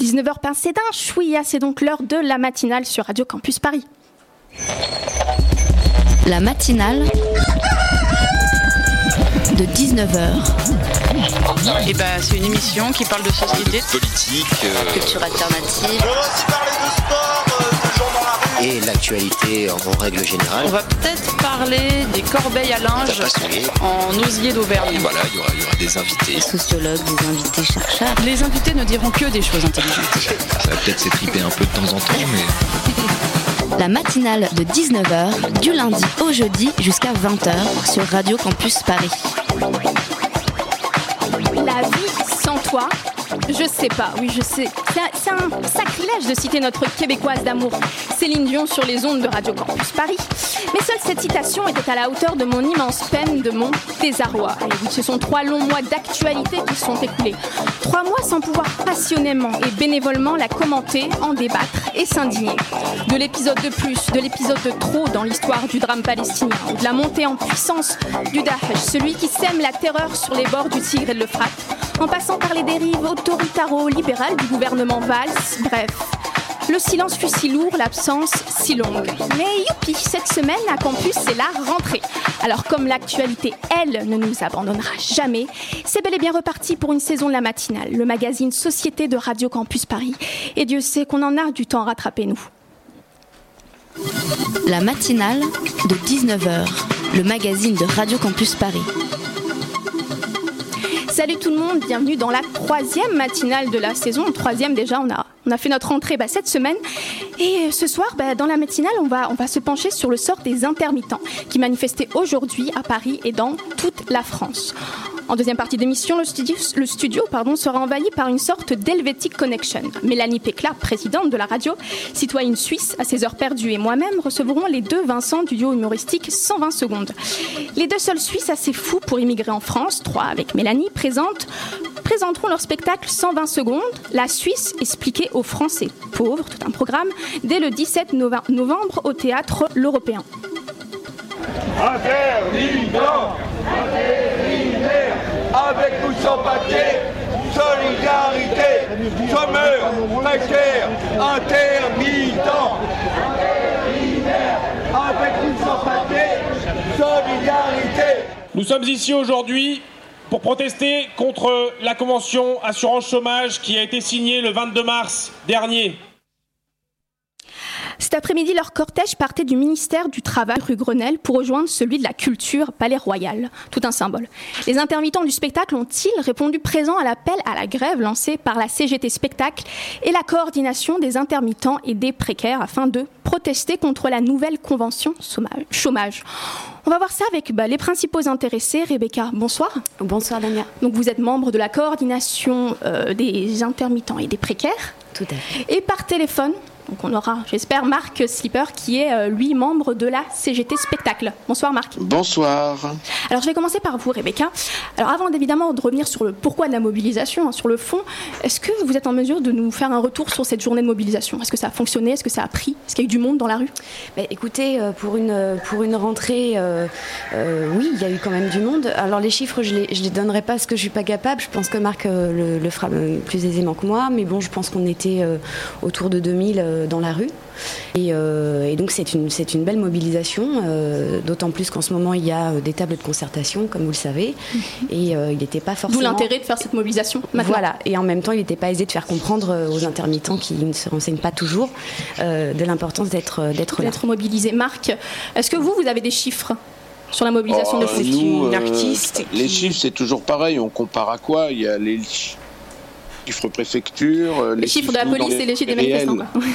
19h pincé d'un chouïa, c'est donc l'heure de la matinale sur Radio Campus Paris. La matinale de 19h. Et c'est une émission qui parle de société, politique, culture alternative. On va aussi parler de sport, de gens dans la rue. Et l'actualité en règle générale. On va peut-être parler des corbeilles à linge en osier d'Auvergne. Voilà, il y aura des invités. Des sociologues, des invités chercheurs. Les invités ne diront que des choses intelligentes. Ça va peut-être s'étriper un peu de temps en temps, mais... La matinale de 19h, du lundi au jeudi jusqu'à 20h sur Radio Campus Paris. La vie sans toi, je sais pas, oui je sais. C'est un sacrilège de citer notre québécoise d'amour, Céline Dion, sur les ondes de Radio Campus Paris. Mais seule cette citation était à la hauteur de mon immense peine, de mon désarroi. Et oui, ce sont 3 longs mois d'actualité qui sont écoulés. 3 mois sans pouvoir passionnément et bénévolement la commenter, en débattre et s'indigner. De l'épisode de plus, de l'épisode de trop dans l'histoire du drame palestinien, ou de la montée en puissance du Daesh, celui qui sème la terreur sur les bords du Tigre et de l'Euphrate, en passant par les dérives autoritaro-libérales du gouvernement Valls, bref. Le silence fut si lourd, l'absence si longue. Mais youpi, cette semaine à Campus, c'est la rentrée. Alors comme l'actualité, elle, ne nous abandonnera jamais, c'est bel et bien reparti pour une saison de la matinale, le magazine Société de Radio Campus Paris. Et Dieu sait qu'on en a du temps à rattraper, nous. La matinale de 19h, le magazine de Radio Campus Paris. Salut tout le monde, bienvenue dans la 3e matinale de la saison. 3e déjà, on a fait notre rentrée cette semaine. Et ce soir, dans la matinale, on va se pencher sur le sort des intermittents qui manifestaient aujourd'hui à Paris et dans toute la France. En deuxième partie d'émission, le studio sera envahi par une sorte d'Helvetic Connection. Mélanie Pécla, présidente de la radio, citoyenne suisse à ses heures perdues, et moi-même recevrons les 2 Vincent du duo humoristique 120 secondes. Les 2 seuls Suisses assez fous pour immigrer en France, 3 avec Mélanie, présenteront leur spectacle 120 secondes, la Suisse expliquée aux Français pauvres, tout un programme, dès le 17 novembre au Théâtre L'Européen. Intermittents, avec ou sans papier, solidarité, chômeurs, précaires, intermittents, avec ou sans papier, solidarité. Nous sommes ici aujourd'hui pour protester contre la convention assurance chômage qui a été signée le 22 mars dernier. Cet après-midi, leur cortège partait du ministère du Travail, rue Grenelle, pour rejoindre celui de la Culture, Palais Royal. Tout un symbole. Les intermittents du spectacle ont-ils répondu présent à l'appel à la grève lancé par la CGT Spectacle et la coordination des intermittents et des précaires afin de protester contre la nouvelle convention chômage. On va voir ça avec les principaux intéressés. Rebecca, bonsoir. Bonsoir Dania. Donc vous êtes membre de la coordination des intermittents et des précaires. Tout à fait. Et par téléphone, donc on aura, j'espère, Marc Slipper, qui est, lui, membre de la CGT Spectacle. Bonsoir Marc. Bonsoir. Alors je vais commencer par vous, Rebecca. Alors avant évidemment de revenir sur le pourquoi de la mobilisation, sur le fond, est-ce que vous êtes en mesure de nous faire un retour sur cette journée de mobilisation ? Est-ce que ça a fonctionné ? Est-ce que ça a pris ? Est-ce qu'il y a eu du monde dans la rue ? Écoutez, pour une rentrée, oui, il y a eu quand même du monde. Alors les chiffres, je les donnerai pas parce que je suis pas capable. Je pense que Marc le fera plus aisément que moi. Mais bon, je pense qu'on était autour de 2000 dans la rue. Et donc c'est une belle mobilisation, d'autant plus qu'en ce moment il y a des tables de concertation, comme vous le savez, et il n'était pas forcément... D'où l'intérêt de faire cette mobilisation maintenant. Voilà, et en même temps il n'était pas aisé de faire comprendre aux intermittents qui ne se renseignent pas toujours de l'importance d'être là. D'être mobilisés. Marc, est-ce que vous avez des chiffres sur la mobilisation de foot ? Nous, artiste les chiffres c'est toujours pareil, on compare à quoi ? Il y a les chiffres préfecture, les chiffres de la police et les chiffres des manifestants.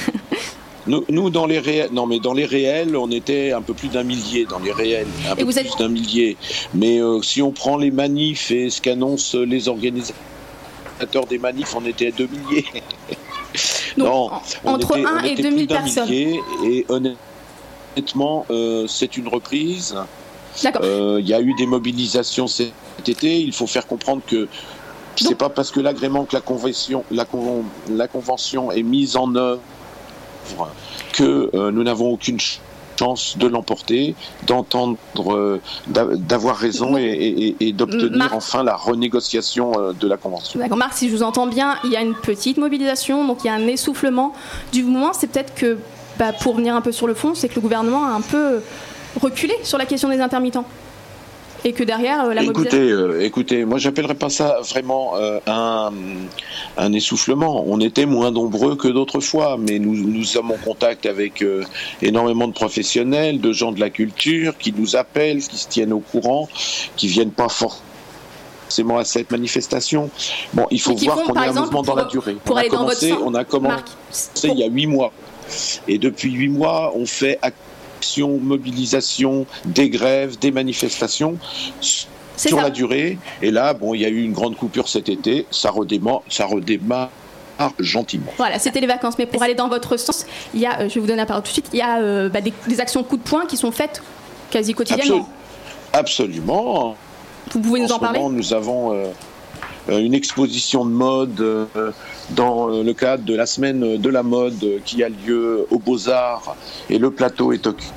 Nous, dans les réels, on était un peu plus d'1 millier, dans les réels, un peu plus d'1 millier. Mais si on prend les manifs et ce qu'annoncent les organisateurs des manifs, on était à 2 milliers. Donc, non, entre 1 et 2 000 personnes. Et honnêtement, c'est une reprise. D'accord. Il y a eu des mobilisations cet été. Il faut faire comprendre que c'est pas parce que l'agrément que la convention est mise en œuvre que nous n'avons aucune chance de l'emporter, d'entendre, d'avoir raison et d'obtenir enfin la renégociation de la convention. D'accord, Marc, si je vous entends bien, il y a une petite mobilisation, donc il y a un essoufflement du mouvement. C'est peut-être que, pour venir un peu sur le fond, c'est que le gouvernement a un peu reculé sur la question des intermittents. Et que derrière, la mobilisation... Écoutez, moi j'appellerais pas ça vraiment un essoufflement. On était moins nombreux que d'autres fois, mais nous sommes en contact avec énormément de professionnels, de gens de la culture qui nous appellent, qui se tiennent au courant, qui viennent pas forcément à cette manifestation. Bon, il faut voir qu'on est un mouvement dans la durée. On a commencé il y a 8 mois. Et depuis 8 mois, on fait mobilisation, des grèves, des manifestations sur la durée. Et là, il y a eu une grande coupure cet été. Ça redémarre gentiment. Voilà, c'était les vacances. Mais pour aller dans votre sens, il y a, je vais vous donner la parole tout de suite, il y a des actions coup de poing qui sont faites quasi quotidiennement. Absolument. Vous pouvez nous en parler ? Nous avons une exposition de mode dans le cadre de la semaine de la mode qui a lieu aux Beaux-Arts, et le plateau est occupé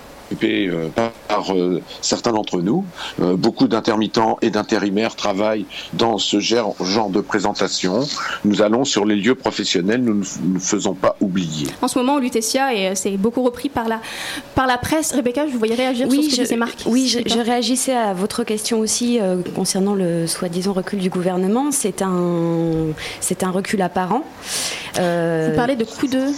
par certains d'entre nous. Beaucoup d'intermittents et d'intérimaires travaillent dans ce genre de présentation. Nous allons sur les lieux professionnels, nous ne faisons pas oublier. En ce moment, Lutetia, et c'est beaucoup repris par la presse. Rebecca, je vous voyais réagir sur ce que disait Marc. Oui, je réagissais à votre question aussi concernant le soi-disant recul du gouvernement. C'est un recul apparent. Vous parlez de coups de...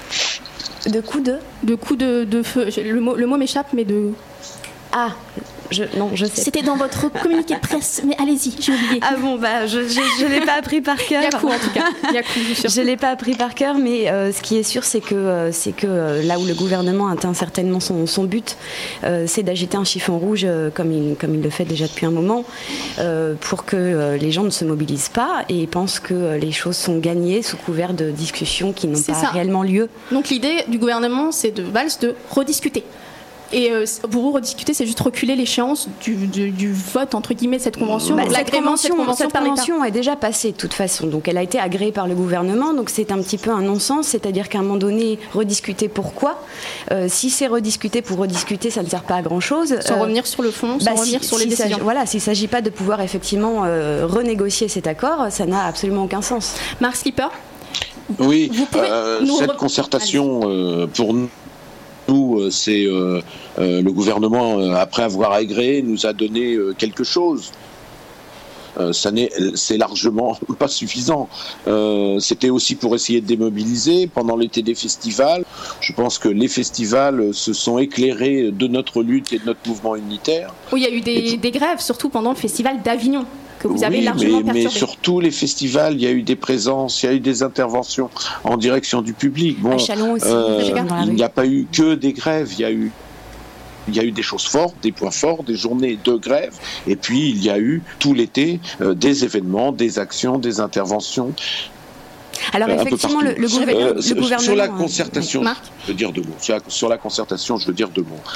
De coups de feu. Le mot m'échappe, mais de... Ah, je sais. C'était dans votre communiqué de presse, mais allez-y, j'ai oublié. Ah bon, je l'ai pas appris par cœur. Yakou, en tout cas. Yakou, je l'ai pas appris par cœur, mais ce qui est sûr, c'est que là où le gouvernement atteint certainement son but, c'est d'agiter un chiffon rouge, comme il le fait déjà depuis un moment, pour que les gens ne se mobilisent pas et pensent que les choses sont gagnées sous couvert de discussions qui n'ont pas réellement lieu. Donc l'idée du gouvernement, c'est de rediscuter. Et pour vous, rediscuter, c'est juste reculer l'échéance du vote, entre guillemets, de cette convention. Cette convention est déjà passée, de toute façon. Donc, elle a été agréée par le gouvernement. Donc, c'est un petit peu un non-sens. C'est-à-dire qu'à un moment donné, rediscuter pourquoi ? Si c'est rediscuter pour rediscuter, ça ne sert pas à grand-chose. Sans revenir sur le fond, sans revenir sur les décisions. Voilà, s'il ne s'agit pas de pouvoir effectivement renégocier cet accord, ça n'a absolument aucun sens. Marc Slipper ? Oui, cette concertation, pour nous, c'est le gouvernement, après avoir agréé, nous a donné quelque chose. C'est largement pas suffisant. C'était aussi pour essayer de démobiliser pendant l'été des festivals. Je pense que les festivals se sont éclairés de notre lutte et de notre mouvement unitaire. Oui, il y a eu des grèves, surtout pendant le festival d'Avignon, que vous avez largement perturbé. Mais sur tous les festivals, il y a eu des présences, il y a eu des interventions en direction du public. Bon, à Chalon aussi, il n'y a pas eu que des grèves, il y a eu des choses fortes, des points forts, des journées de grève, et puis il y a eu tout l'été des événements, des actions, des interventions. Alors effectivement, le gouvernement... Sur la concertation, je veux dire deux mots. Sur la concertation, je veux dire deux mots.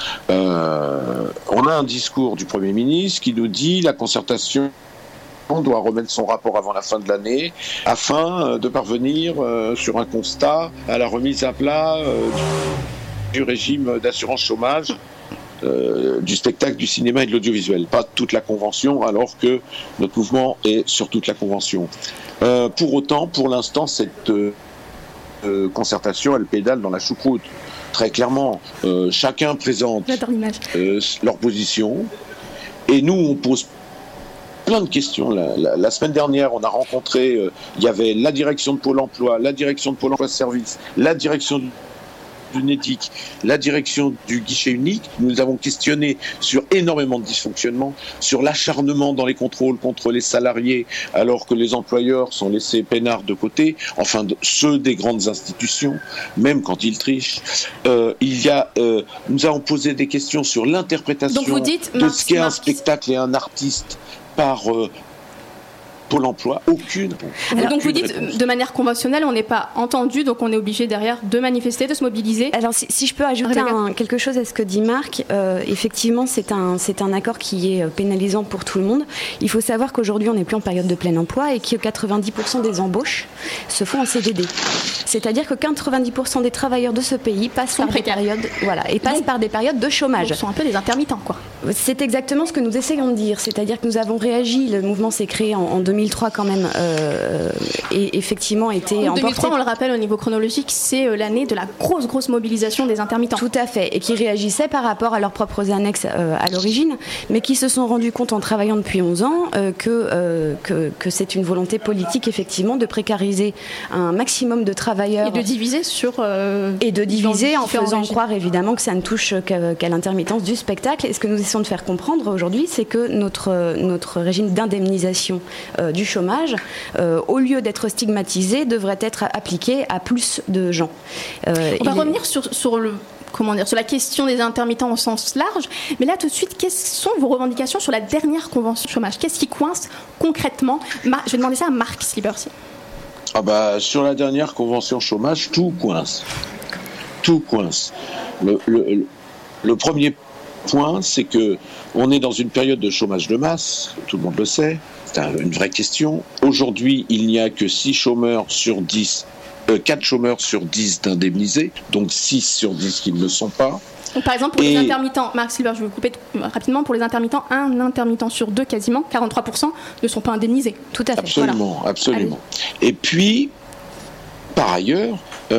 On a un discours du Premier ministre qui nous dit la concertation doit remettre son rapport avant la fin de l'année afin de parvenir sur un constat à la remise à plat du régime d'assurance chômage du spectacle, du cinéma et de l'audiovisuel. Pas toute la convention, alors que notre mouvement est sur toute la convention. Pour autant, pour l'instant, cette concertation, elle pédale dans la choucroute. Très clairement, chacun présente leur position, et nous, on pose plein de questions. La semaine dernière, on a rencontré, il y avait la direction de Pôle emploi, la direction de Pôle emploi service, la direction de l'UNEDIC, la direction du guichet unique. Nous avons questionné sur énormément de dysfonctionnements, sur l'acharnement dans les contrôles contre les salariés, alors que les employeurs sont laissés peinards de côté, enfin ceux des grandes institutions, même quand ils trichent. Nous avons posé des questions sur l'interprétation de ce qu'est un spectacle et un artiste par Pôle emploi, aucune. Donc vous dites, de manière conventionnelle, on n'est pas entendu, donc on est obligé derrière de manifester, de se mobiliser. Alors si je peux ajouter quelque chose à ce que dit Marc, effectivement c'est un accord qui est pénalisant pour tout le monde. Il faut savoir qu'aujourd'hui on n'est plus en période de plein emploi et que 90% des embauches se font en CDD. C'est-à-dire que 90% des travailleurs de ce pays passent par des périodes, par des périodes de chômage. Ce sont un peu des intermittents, quoi. C'est exactement ce que nous essayons de dire. C'est-à-dire que nous avons réagi. Le mouvement s'est créé en 2003 quand même, et effectivement été en 2003, on le rappelle au niveau chronologique, c'est l'année de la grosse mobilisation des intermittents. Tout à fait, et qui réagissaient par rapport à leurs propres annexes à l'origine, mais qui se sont rendus compte en travaillant depuis 11 ans que c'est une volonté politique effectivement de précariser un maximum de travailleurs et de diviser en faisant croire évidemment que ça ne touche qu'à l'intermittence du spectacle. Et ce que nous essayons de faire comprendre aujourd'hui, c'est que notre régime d'indemnisation du chômage, au lieu d'être stigmatisé, devrait être appliqué à plus de gens. On va revenir sur la question des intermittents au sens large, mais là tout de suite, quelles sont vos revendications sur la dernière convention chômage? Qu'est-ce qui coince concrètement? Je vais demander ça à Marc Slieber. Sur la dernière convention chômage, tout coince. Tout coince. Le premier point, c'est que on est dans une période de chômage de masse, tout le monde le sait, c'est une vraie question. Aujourd'hui, il n'y a que 4 chômeurs sur 10 d'indemnisés, donc 6 sur 10 qui ne le sont pas. Donc, par exemple, pour les intermittents, Marc Slieber, je vais vous couper rapidement, pour les intermittents, un intermittent sur 2, quasiment, 43%, ne sont pas indemnisés. Tout à fait. Absolument, voilà. Absolument. Allez. Et puis, par ailleurs,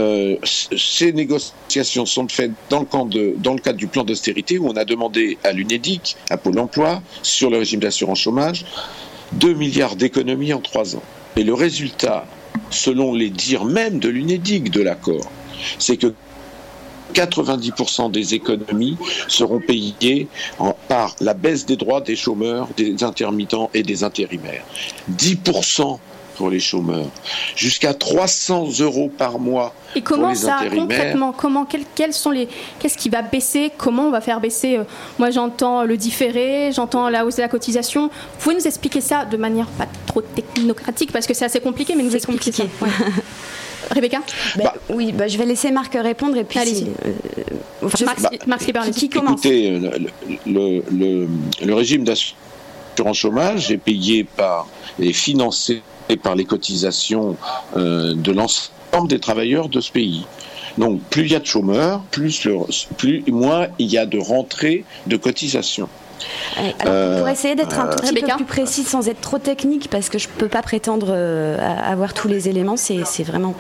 ces négociations sont faites dans le cadre du plan d'austérité où on a demandé à l'UNEDIC, à Pôle emploi, sur le régime d'assurance chômage, 2 milliards d'économies en 3 ans. Et le résultat, selon les dires même de l'UNEDIC de l'accord, c'est que 90% des économies seront payées par la baisse des droits des chômeurs, des intermittents et des intérimaires. 10% pour les chômeurs, jusqu'à 300 € par mois. Et comment pour les ça, intérimaires. concrètement, qu'est-ce qui va baisser? Comment on va faire baisser? Moi, j'entends le différé, j'entends la hausse de la cotisation. Vous pouvez nous expliquer ça de manière pas trop technocratique, parce que c'est assez compliqué, mais nous expliquer ça. Ouais. Rebecca? Oui, je vais laisser Marc répondre et puis. Allez-y. Marc Slieber, qui commence? Écoutez, le régime d'assurance chômage est payé et financé par les cotisations de l'ensemble des travailleurs de ce pays. Donc, plus il y a de chômeurs, moins il y a de rentrées de cotisations. Pour essayer d'être un tout petit peu plus précis sans être trop technique, parce que je ne peux pas prétendre avoir tous les éléments, c'est vraiment...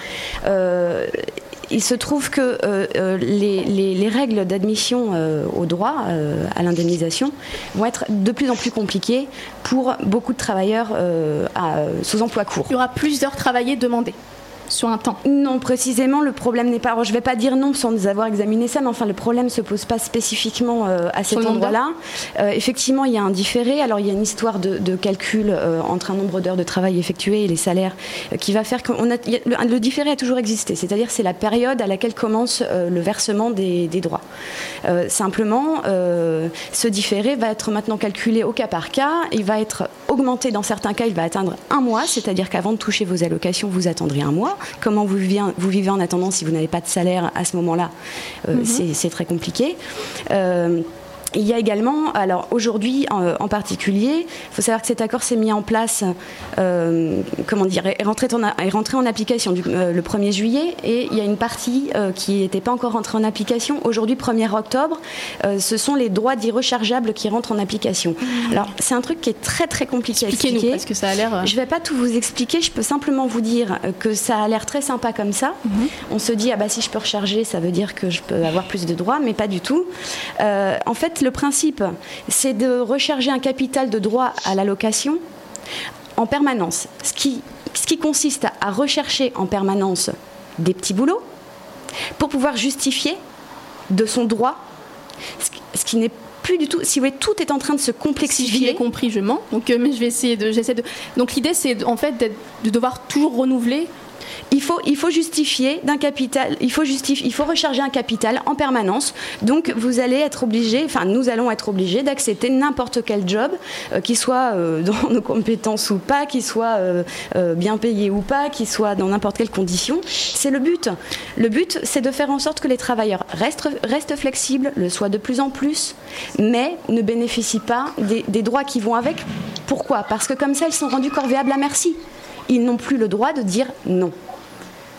il se trouve que les règles d'admission au droit à l'indemnisation vont être de plus en plus compliquées pour beaucoup de travailleurs sous emploi court. Il y aura plus d'heures travaillées demandées sur un temps. Non, précisément, le problème n'est pas... Alors, je ne vais pas dire non sans avoir examiné ça, mais enfin, le problème ne se pose pas spécifiquement à cet endroit-là. Effectivement, il y a un différé. Alors, il y a une histoire de calcul entre un nombre d'heures de travail effectuées et les salaires qui va faire que le différé a toujours existé. C'est-à-dire c'est la période à laquelle commence le versement des droits. Simplement, ce différé va être maintenant calculé au cas par cas. Il va être augmenté dans certains cas. Il va atteindre 1 mois. C'est-à-dire qu'avant de toucher vos allocations, vous attendrez 1 mois. Comment vous vivez en attendant si vous n'avez pas de salaire à ce moment-là, c'est très compliqué. Il y a également, alors aujourd'hui en particulier, il faut savoir que cet accord s'est mis en place, est rentré en application le 1er juillet, et il y a une partie qui n'était pas encore rentrée en application. Aujourd'hui, 1er octobre, ce sont les droits dits rechargeables qui rentrent en application. Alors, c'est un truc qui est très très compliqué à expliquer. Expliquez-nous, parce que ça a l'air... Je ne vais pas tout vous expliquer, je peux simplement vous dire que ça a l'air très sympa comme ça. On se dit, si je peux recharger, ça veut dire que je peux avoir plus de droits, mais pas du tout. En fait, le principe, c'est de recharger un capital de droit à l'allocation en permanence. Ce qui consiste à rechercher en permanence des petits boulots pour pouvoir justifier de son droit, ce qui n'est plus du tout. Si vous voulez, tout est en train de se complexifier. Si j'ai compris, je mens. Donc, mais j'essaie de. Donc, l'idée, c'est en fait de devoir toujours renouveler. Il faut justifier d'un capital, il faut recharger un capital en permanence. Donc vous allez être obligé, nous allons être obligés d'accepter n'importe quel job, qui soit dans nos compétences ou pas, qui soit bien payé ou pas, qui soit dans n'importe quelle condition. C'est le but. Le but, c'est de faire en sorte que les travailleurs restent flexibles, le soient de plus en plus, mais ne bénéficient pas des droits qui vont avec. Pourquoi ? Parce que comme ça, ils sont rendus corvéables à merci. Ils n'ont plus le droit de dire non.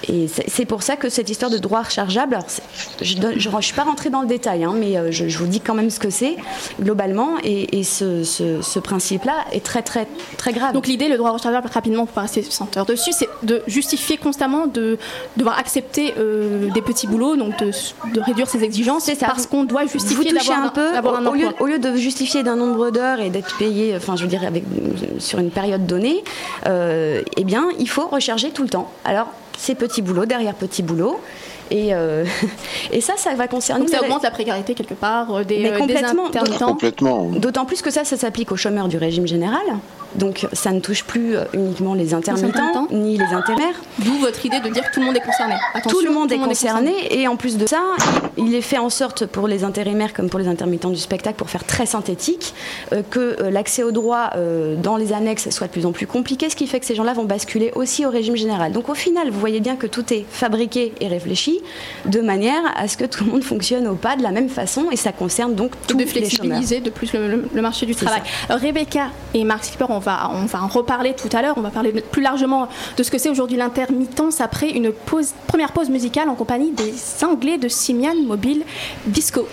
Et c'est pour ça que cette histoire de droit rechargeable, alors je ne suis pas rentrée dans le détail, hein, mais je vous dis quand même ce que c'est globalement, et ce principe-là est très très très grave. Donc l'idée, le droit rechargeable, rapidement pour pas rester 100 heures dessus, c'est de justifier constamment de devoir accepter des petits boulots, donc de réduire ses exigences, c'est ça, parce qu'on doit justifier d'avoir un emploi. Au lieu de justifier d'un nombre d'heures et d'être payé, enfin je veux dire sur une période donnée, eh bien il faut recharger tout le temps. Alors ces petits boulots derrière petits boulots. Et ça va concerner... Donc ça augmente la précarité quelque part des intermittents. Complètement. D'autant plus que ça s'applique aux chômeurs du régime général. Donc ça ne touche plus uniquement les intermittents, ni les intérimaires. D'où votre idée de dire que tout le monde est concerné. Attention, tout le monde est concerné. Et en plus de ça, il est fait en sorte pour les intérimaires comme pour les intermittents du spectacle, pour faire très synthétique, que l'accès aux droits dans les annexes soit de plus en plus compliqué, ce qui fait que ces gens-là vont basculer aussi au régime général. Donc au final, vous voyez bien que tout est fabriqué et réfléchi de manière à ce que tout le monde fonctionne au pas de la même façon, et ça concerne donc tous les chômeurs. De flexibiliser de plus le marché du travail. Alors Rebecca et Marc Skipper, on va en reparler tout à l'heure. On va parler plus largement de ce que c'est aujourd'hui l'intermittence après une première pause musicale en compagnie des Anglais de Simian Mobile Disco.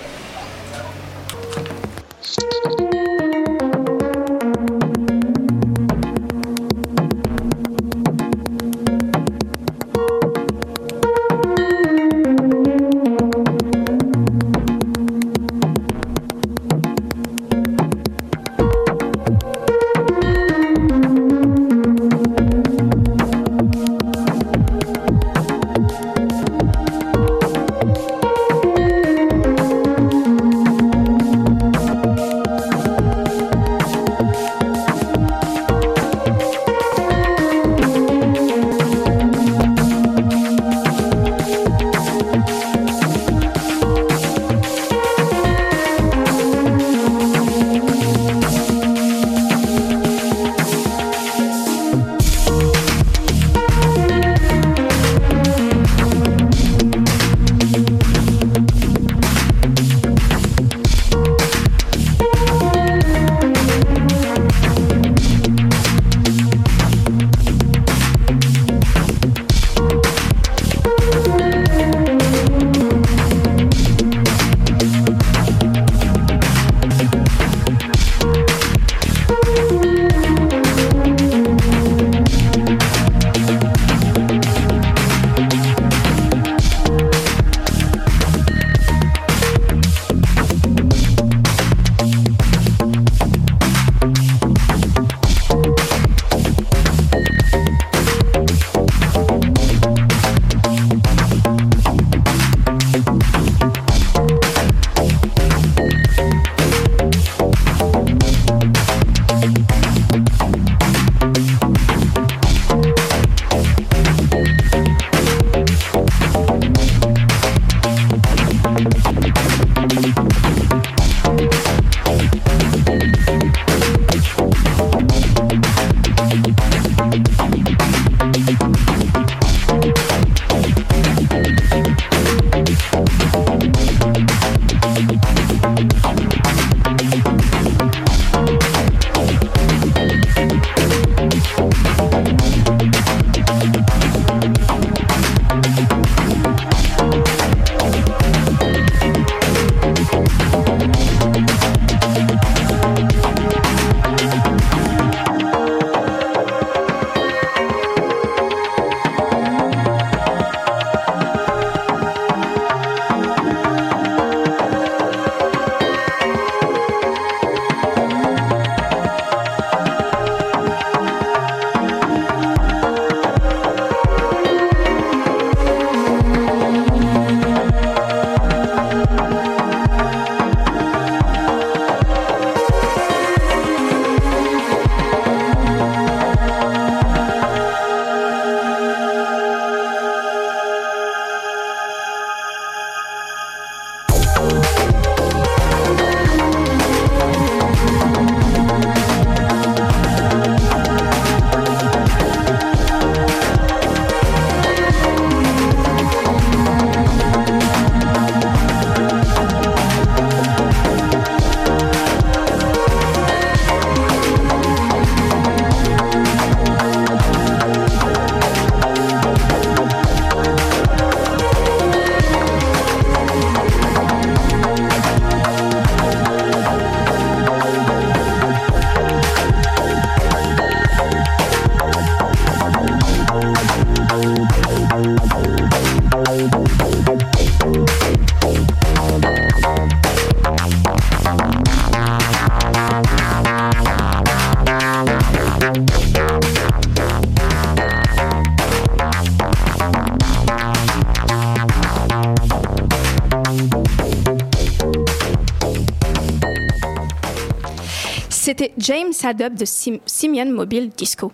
C'était James Adobe de Simian Mobile Disco.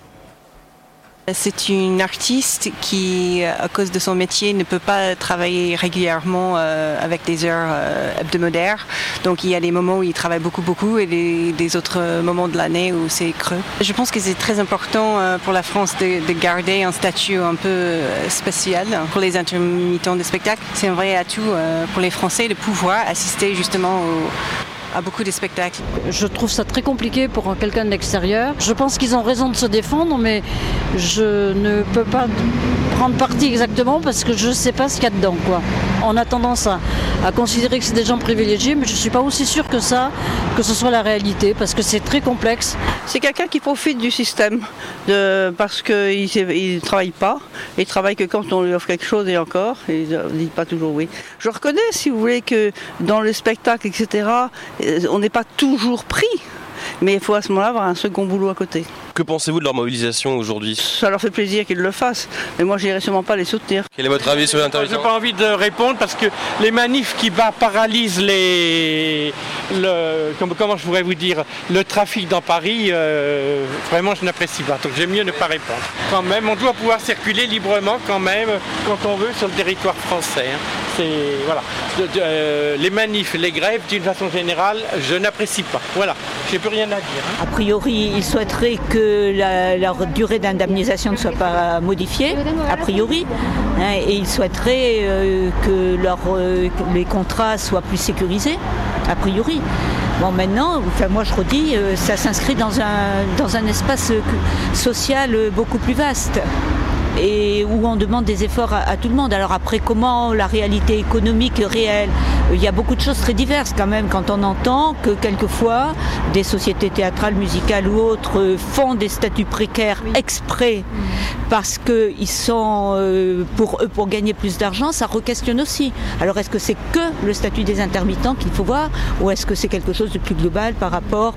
C'est une artiste qui, à cause de son métier, ne peut pas travailler régulièrement avec des heures hebdomadaires. Donc il y a des moments où il travaille beaucoup et des autres moments de l'année où c'est creux. Je pense que c'est très important pour la France de garder un statut un peu spécial pour les intermittents de spectacle. C'est un vrai atout pour les Français de pouvoir assister justement à beaucoup de spectacles. Je trouve ça très compliqué pour quelqu'un de l'extérieur. Je pense qu'ils ont raison de se défendre, mais je ne peux pas prendre parti exactement parce que je ne sais pas ce qu'il y a dedans, quoi. On a tendance à considérer que c'est des gens privilégiés, mais je ne suis pas aussi sûre que ça, que ce soit la réalité, parce que c'est très complexe. C'est quelqu'un qui profite du système, parce qu'il ne travaille pas. Il travaille que quand on lui offre quelque chose et encore, et il ne dit pas toujours oui. Je reconnais, si vous voulez, que dans le spectacle, etc., on n'est pas toujours pris, mais il faut à ce moment-là avoir un second boulot à côté. Que pensez-vous de leur mobilisation aujourd'hui ? Ça leur fait plaisir qu'ils le fassent, mais moi je n'irai sûrement pas les soutenir. Quel est votre avis sur l'intervention ? Je n'ai pas envie de répondre parce que les manifs qui paralysent comment je pourrais vous dire, le trafic dans Paris, vraiment je n'apprécie pas, donc j'aime mieux ne pas répondre. Quand même, on doit pouvoir circuler librement quand même, quand on veut, sur le territoire français. Voilà. Les manifs, les grèves, d'une façon générale, je n'apprécie pas. Voilà, j'ai plus rien à dire. A priori, ils souhaiteraient que leur durée d'indemnisation ne soit pas modifiée, a priori, et ils souhaiteraient que les contrats soient plus sécurisés, a priori. Bon, maintenant, moi je redis, ça s'inscrit dans un espace social beaucoup plus vaste. Et où on demande des efforts à tout le monde. Alors après, comment la réalité économique réelle ? Il y a beaucoup de choses très diverses quand même quand on entend que quelquefois des sociétés théâtrales, musicales ou autres font des statuts précaires exprès parce qu'ils sont pour gagner plus d'argent, ça re-questionne aussi. Alors est-ce que c'est que le statut des intermittents qu'il faut voir ou est-ce que c'est quelque chose de plus global par rapport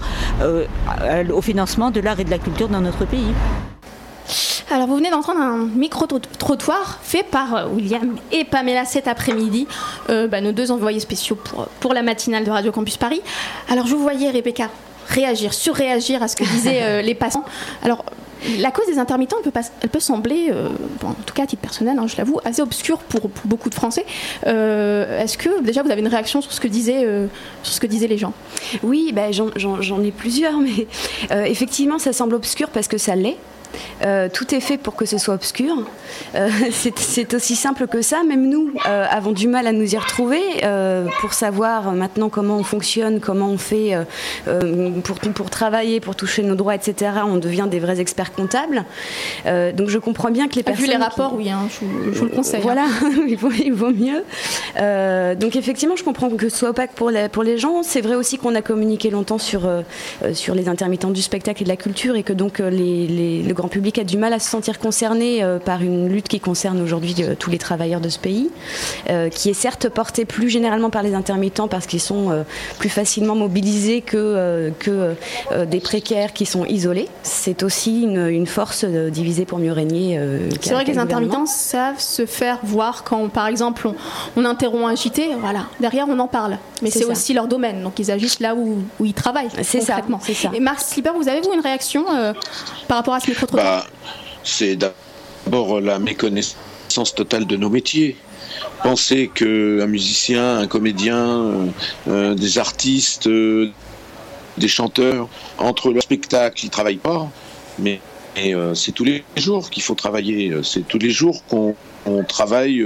au financement de l'art et de la culture dans notre pays ? Alors vous venez d'entendre un micro-trottoir fait par William et Pamela cet après-midi, nos deux envoyés spéciaux pour la matinale de Radio Campus Paris. Alors je vous voyais, Rebecca, surréagir à ce que disaient les passants. Alors la cause des intermittents, elle peut sembler, en tout cas à titre personnel, je l'avoue, assez obscure pour beaucoup de Français. Est-ce que déjà vous avez une réaction sur ce que disaient les gens ? Oui, j'en ai plusieurs, mais effectivement ça semble obscur parce que ça l'est. Tout est fait pour que ce soit obscur. C'est aussi simple que ça. Même nous avons du mal à nous y retrouver pour savoir maintenant comment on fonctionne, comment on fait pour travailler, pour toucher nos droits, etc. On devient des vrais experts comptables. Donc je comprends bien que les personnes... Vu les rapports, oui, je vous le conseille. Voilà, il vaut mieux. Donc effectivement, je comprends que ce soit opaque pour les gens. C'est vrai aussi qu'on a communiqué longtemps sur les intermittents du spectacle et de la culture et que donc le grand public a du mal à se sentir concerné par une lutte qui concerne aujourd'hui tous les travailleurs de ce pays, qui est certes portée plus généralement par les intermittents parce qu'ils sont plus facilement mobilisés que des précaires qui sont isolés. C'est aussi une force divisée pour mieux régner. C'est vrai que les intermittents savent se faire voir quand, par exemple, on interrompt un JT, voilà, derrière on en parle. Mais c'est aussi leur domaine, donc ils agissent là où ils travaillent. C'est concrètement. Ça. Et Marc Slipper, vous avez-vous une réaction par rapport à ce micro-trottoir ? C'est d'abord la méconnaissance totale de nos métiers. Penser qu'un musicien, un comédien, des artistes, des chanteurs, entre le spectacle, ils ne travaillent pas, mais c'est tous les jours qu'il faut travailler. C'est tous les jours qu'on travaille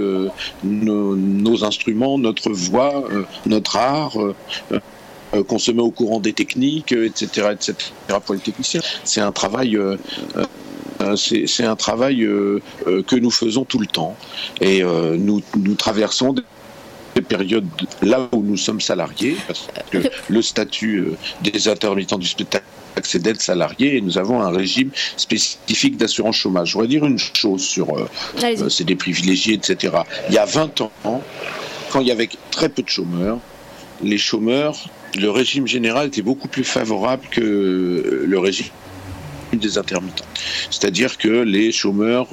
nos instruments, notre voix, notre art, qu'on se met au courant des techniques, etc. pour les techniciens. C'est un travail... C'est un travail que nous faisons tout le temps et nous traversons des périodes là où nous sommes salariés parce que le statut des intermittents du spectacle c'est d'être salarié et nous avons un régime spécifique d'assurance chômage. Je voudrais dire une chose sur c'est des privilégiés, etc. Il y a 20 ans, quand il y avait très peu de chômeurs, les chômeurs, le régime général était beaucoup plus favorable que le régime des intermittents. C'est-à-dire que les chômeurs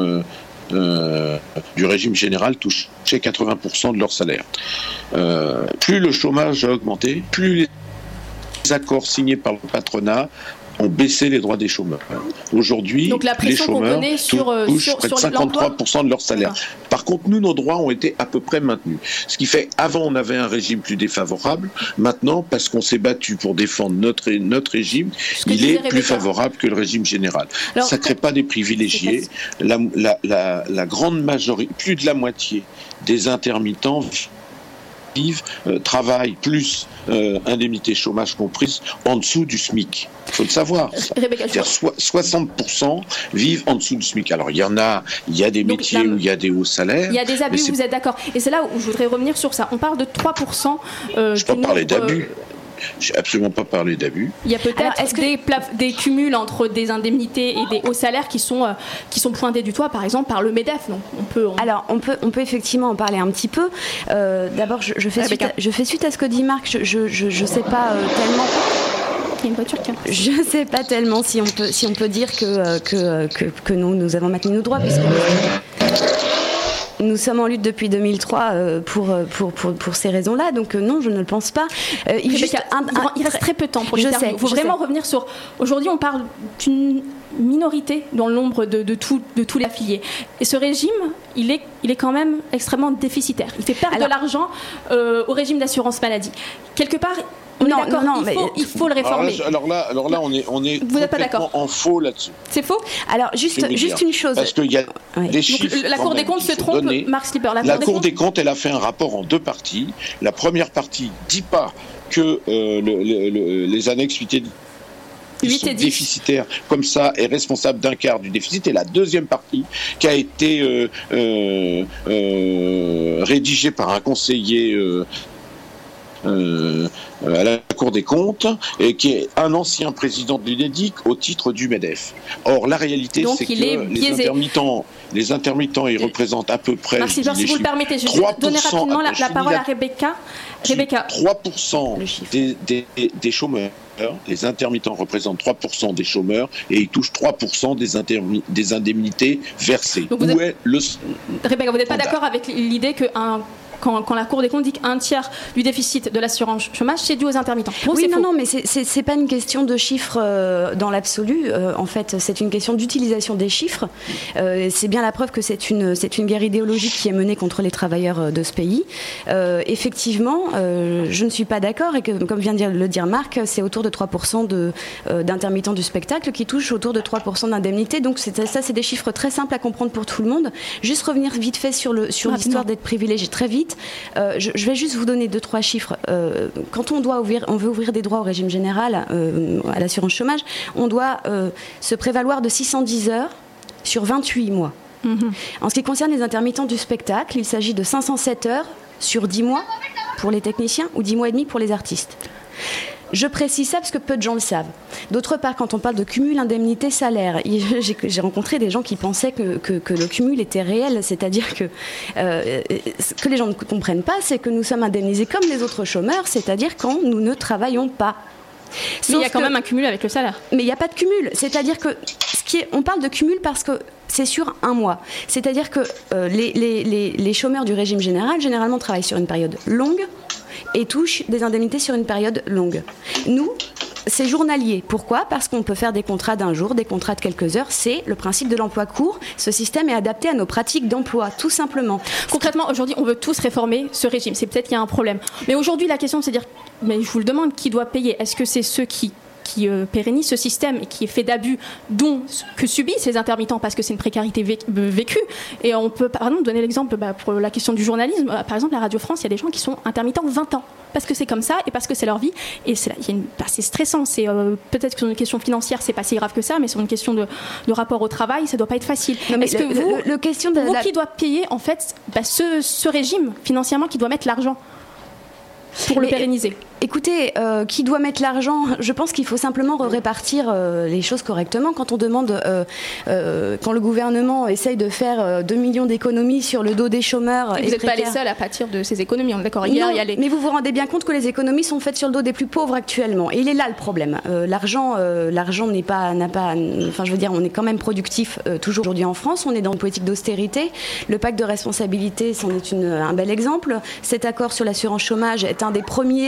du régime général touchaient 80% de leur salaire. Plus le chômage a augmenté, plus accords signés par le patronat ont baissé les droits des chômeurs. Aujourd'hui, les chômeurs touchent près de 53% de leur salaire. Par contre, nous, nos droits ont été à peu près maintenus. Ce qui fait, avant, on avait un régime plus défavorable. Maintenant, parce qu'on s'est battu pour défendre notre régime, il est plus favorable que le régime général. Alors, ça ne crée pas des privilégiés. La grande majorité, plus de la moitié des intermittents travaillent plus indemnité chômage comprise en dessous du SMIC. Il faut le savoir. Rebecca, 60% vivent en dessous du SMIC. Alors il y a des métiers où il y a des hauts salaires. Il y a des abus, vous êtes d'accord. Et c'est là où je voudrais revenir sur ça. On parle de 3%. Je ne vais pas parler d'abus. Je n'ai absolument pas parlé d'abus. Il y a peut-être des cumuls entre des indemnités et des hauts salaires qui sont pointés du doigt, par exemple, par le MEDEF. Donc Alors, on peut effectivement en parler un petit peu. D'abord, je fais suite à ce que dit Marc. Je sais pas tellement... Il y a une voiture qui... Je sais pas tellement si on peut dire que nous avons maintenu nos droits, puisque... Nous sommes en lutte depuis 2003 pour ces raisons-là, donc non, je ne le pense pas. Il reste très peu de temps pour l'interview. Il faut vraiment revenir sur... Aujourd'hui, on parle d'une minorité dans le nombre de tous les affiliés. Et ce régime, il est quand même extrêmement déficitaire. Il fait perdre de l'argent au régime d'assurance maladie. Quelque part... il faut le réformer. Alors là, on est vous n'êtes pas d'accord en faux là-dessus. C'est faux. Alors juste une chose. Parce qu'il y a des chiffres. La Cour des comptes se trompe, Marc Slipper. La Cour des comptes, elle a fait un rapport en deux parties. La première partie dit pas que les annexes 8 et 10 déficitaires comme ça est responsable d'un quart du déficit, et la deuxième partie qui a été rédigée par un conseiller à la Cour des comptes, et qui est un ancien président de l'UNEDIC au titre du MEDEF. Or, la réalité, c'est que les intermittents, ils représentent à peu près... Merci, si vous le permettez, je vais donner rapidement la parole à Rebecca. 3% des chômeurs, les intermittents représentent 3% des chômeurs, et ils touchent 3% des indemnités versées. Donc Rebecca, vous n'êtes pas d'accord avec l'idée que quand la Cour des comptes dit qu'un tiers du déficit de l'assurance chômage, c'est dû aux intermittents. Oui, non, mais c'est pas une question de chiffres dans l'absolu. En fait, c'est une question d'utilisation des chiffres. C'est bien la preuve que c'est une guerre idéologique qui est menée contre les travailleurs de ce pays. Effectivement, je ne suis pas d'accord, et que, comme vient de le dire Marc, c'est autour de 3% d'intermittents du spectacle qui touchent autour de 3% d'indemnité. Donc c'est des chiffres très simples à comprendre pour tout le monde. Juste revenir vite fait sur l'histoire d'être privilégié, très vite. Je vais juste vous donner 2-3 chiffres. Quand on veut ouvrir des droits au régime général, à l'assurance chômage, on doit se prévaloir de 610 heures sur 28 mois. En ce qui concerne les intermittents du spectacle, il s'agit de 507 heures sur 10 mois pour les techniciens ou 10 mois et demi pour les artistes. Je précise ça parce que peu de gens le savent. D'autre part, quand on parle de cumul indemnité-salaire, j'ai rencontré des gens qui pensaient que le cumul était réel, c'est-à-dire que ce que les gens ne comprennent pas, c'est que nous sommes indemnisés comme les autres chômeurs, c'est-à-dire quand nous ne travaillons pas. Mais il y a quand même un cumul avec le salaire. Mais il n'y a pas de cumul, c'est-à-dire que on parle de cumul parce que c'est sur un mois. C'est-à-dire que les chômeurs du régime général, généralement, travaillent sur une période longue et touchent des indemnités sur une période longue. Nous, c'est journalier. Pourquoi ? Parce qu'on peut faire des contrats d'un jour, des contrats de quelques heures. C'est le principe de l'emploi court. Ce système est adapté à nos pratiques d'emploi, tout simplement. Concrètement, aujourd'hui, on veut tous réformer ce régime. C'est peut-être qu'il y a un problème. Mais aujourd'hui, la question, c'est de dire, mais je vous le demande, qui doit payer ? Est-ce que c'est ceux qui pérennisent ce système et qui est fait d'abus que subissent les intermittents parce que c'est une précarité vécue. Et on peut par exemple donner l'exemple pour la question du journalisme. Par exemple, à Radio France, il y a des gens qui sont intermittents 20 ans parce que c'est comme ça et parce que c'est leur vie. Et c'est stressant. C'est peut-être que sur une question financière, c'est pas si grave que ça, mais sur une question de rapport au travail, ça doit pas être facile. Est-ce que qui doit payer en fait ce régime financièrement, qui doit mettre l'argent pour le pérenniser? Écoutez, qui doit mettre l'argent ? Je pense qu'il faut simplement répartir les choses correctement. Quand on demande, quand le gouvernement essaye de faire 2 millions d'économies sur le dos des chômeurs... Et vous n'êtes pas les seuls à pâtir de ces économies, on est d'accord. Mais vous vous rendez bien compte que les économies sont faites sur le dos des plus pauvres actuellement. Et il est là le problème. L'argent n'est pas... Enfin, je veux dire, on est quand même productif toujours aujourd'hui en France. On est dans une politique d'austérité. Le pacte de responsabilité, c'en est un bel exemple. Cet accord sur l'assurance chômage est un des premiers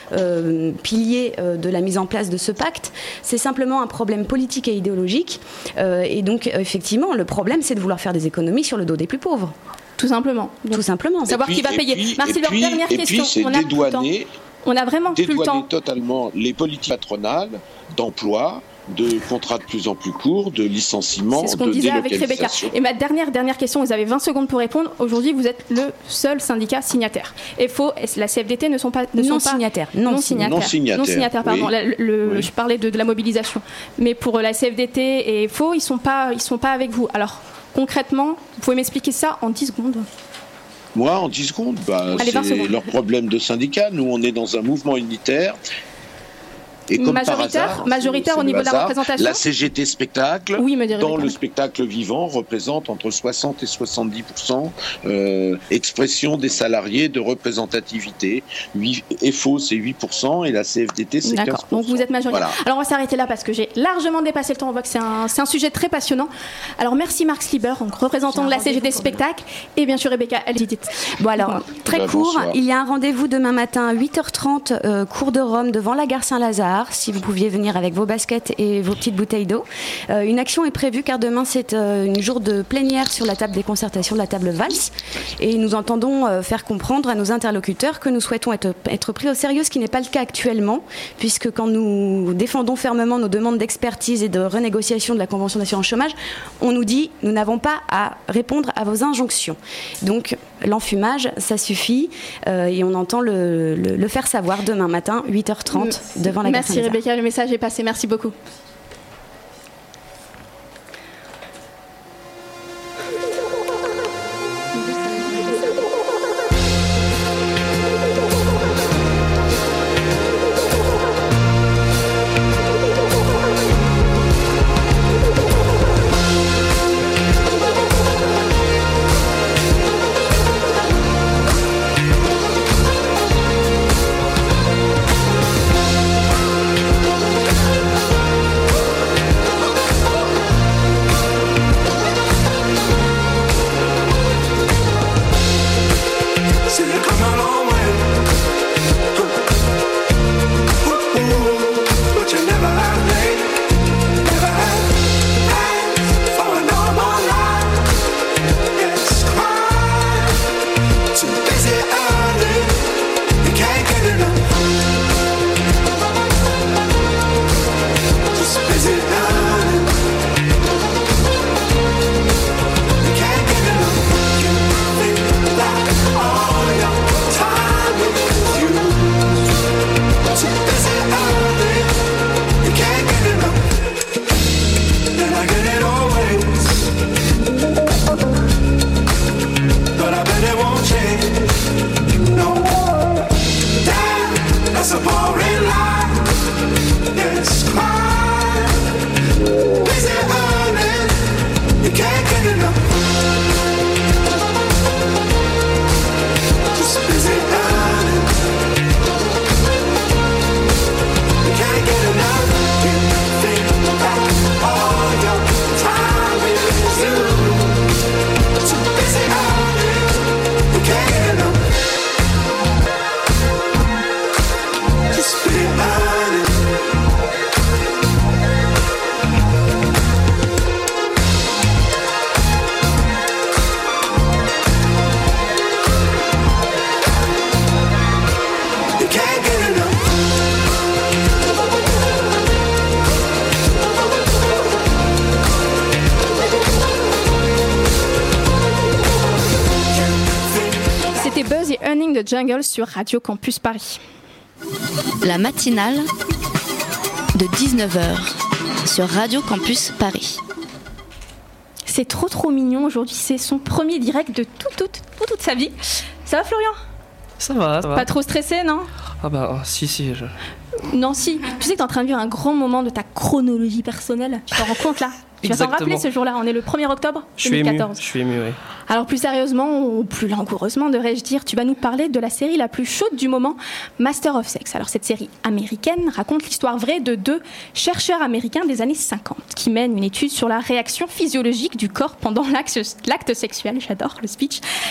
piliers de la mise en place de ce pacte. C'est simplement un problème politique et idéologique. Et donc, effectivement, le problème, c'est de vouloir faire des économies sur le dos des plus pauvres. Tout simplement. Tout simplement. Savoir qui va payer. Merci, leur dernière question. C'est dédouaner. On a vraiment plus le temps. Totalement les politiques patronales d'emploi, de contrats de plus en plus courts, de licenciements, de délocalisation. C'est ce qu'on disait avec Rebecca. Et ma dernière question, vous avez 20 secondes pour répondre. Aujourd'hui, vous êtes le seul syndicat signataire. FO et la CFDT ne sont pas signataires. Non signataires, pardon. Oui. Je parlais de la mobilisation. Mais pour la CFDT et FO, ils sont pas avec vous. Alors, concrètement, vous pouvez m'expliquer ça en 10 secondes? Moi, en 10 secondes, c'est leur problème de syndicat. Nous, on est dans un mouvement unitaire. Et comme majoritaire au niveau de la représentation. La CGT spectacle, dans le spectacle vivant, représente entre 60 et 70% expression des salariés de représentativité. FO, c'est 8% et la CFDT, c'est 15%. Donc vous êtes majoritaire. Voilà. Alors on va s'arrêter là parce que j'ai largement dépassé le temps. On voit que c'est un sujet très passionnant. Alors merci Marc Slieber, représentant de la CGT spectacle, et bien sûr Rebecca Elgidit. Bon alors, très court, bonsoir. Il y a un rendez-vous demain matin à 8h30, cours de Rome, devant la gare Saint-Lazare. Si vous pouviez venir avec vos baskets et vos petites bouteilles d'eau. Une action est prévue car demain c'est une jour de plénière sur la table des concertations, la table Valls. Et nous entendons faire comprendre à nos interlocuteurs que nous souhaitons être pris au sérieux, ce qui n'est pas le cas actuellement, puisque quand nous défendons fermement nos demandes d'expertise et de renégociation de la Convention d'assurance chômage, on nous dit nous n'avons pas à répondre à vos injonctions. Donc l'enfumage, ça suffit et on entend le faire savoir demain matin, 8h30, devant la gare. Merci Rebecca, le message est passé. Merci beaucoup. de Jungle sur Radio Campus Paris. La matinale de 19h sur Radio Campus Paris. C'est trop mignon aujourd'hui, c'est son premier direct de toute sa vie. Ça va Florian ? Ça va. Pas trop stressé, non ? Ah bah si. Non, si. Tu sais que t'es en train de vivre un grand moment de ta chronologie personnelle. Tu t'en rends compte là ? Tu vas t'en rappeler ce jour-là. On est le 1er octobre 2014. Je suis ému, oui. Alors plus sérieusement, ou plus langoureusement devrais-je dire, tu vas nous parler de la série la plus chaude du moment, Master of Sex. Alors cette série américaine raconte l'histoire vraie de deux chercheurs américains des années 50 qui mènent une étude sur la réaction physiologique du corps pendant l'acte sexuel. J'adore le speech.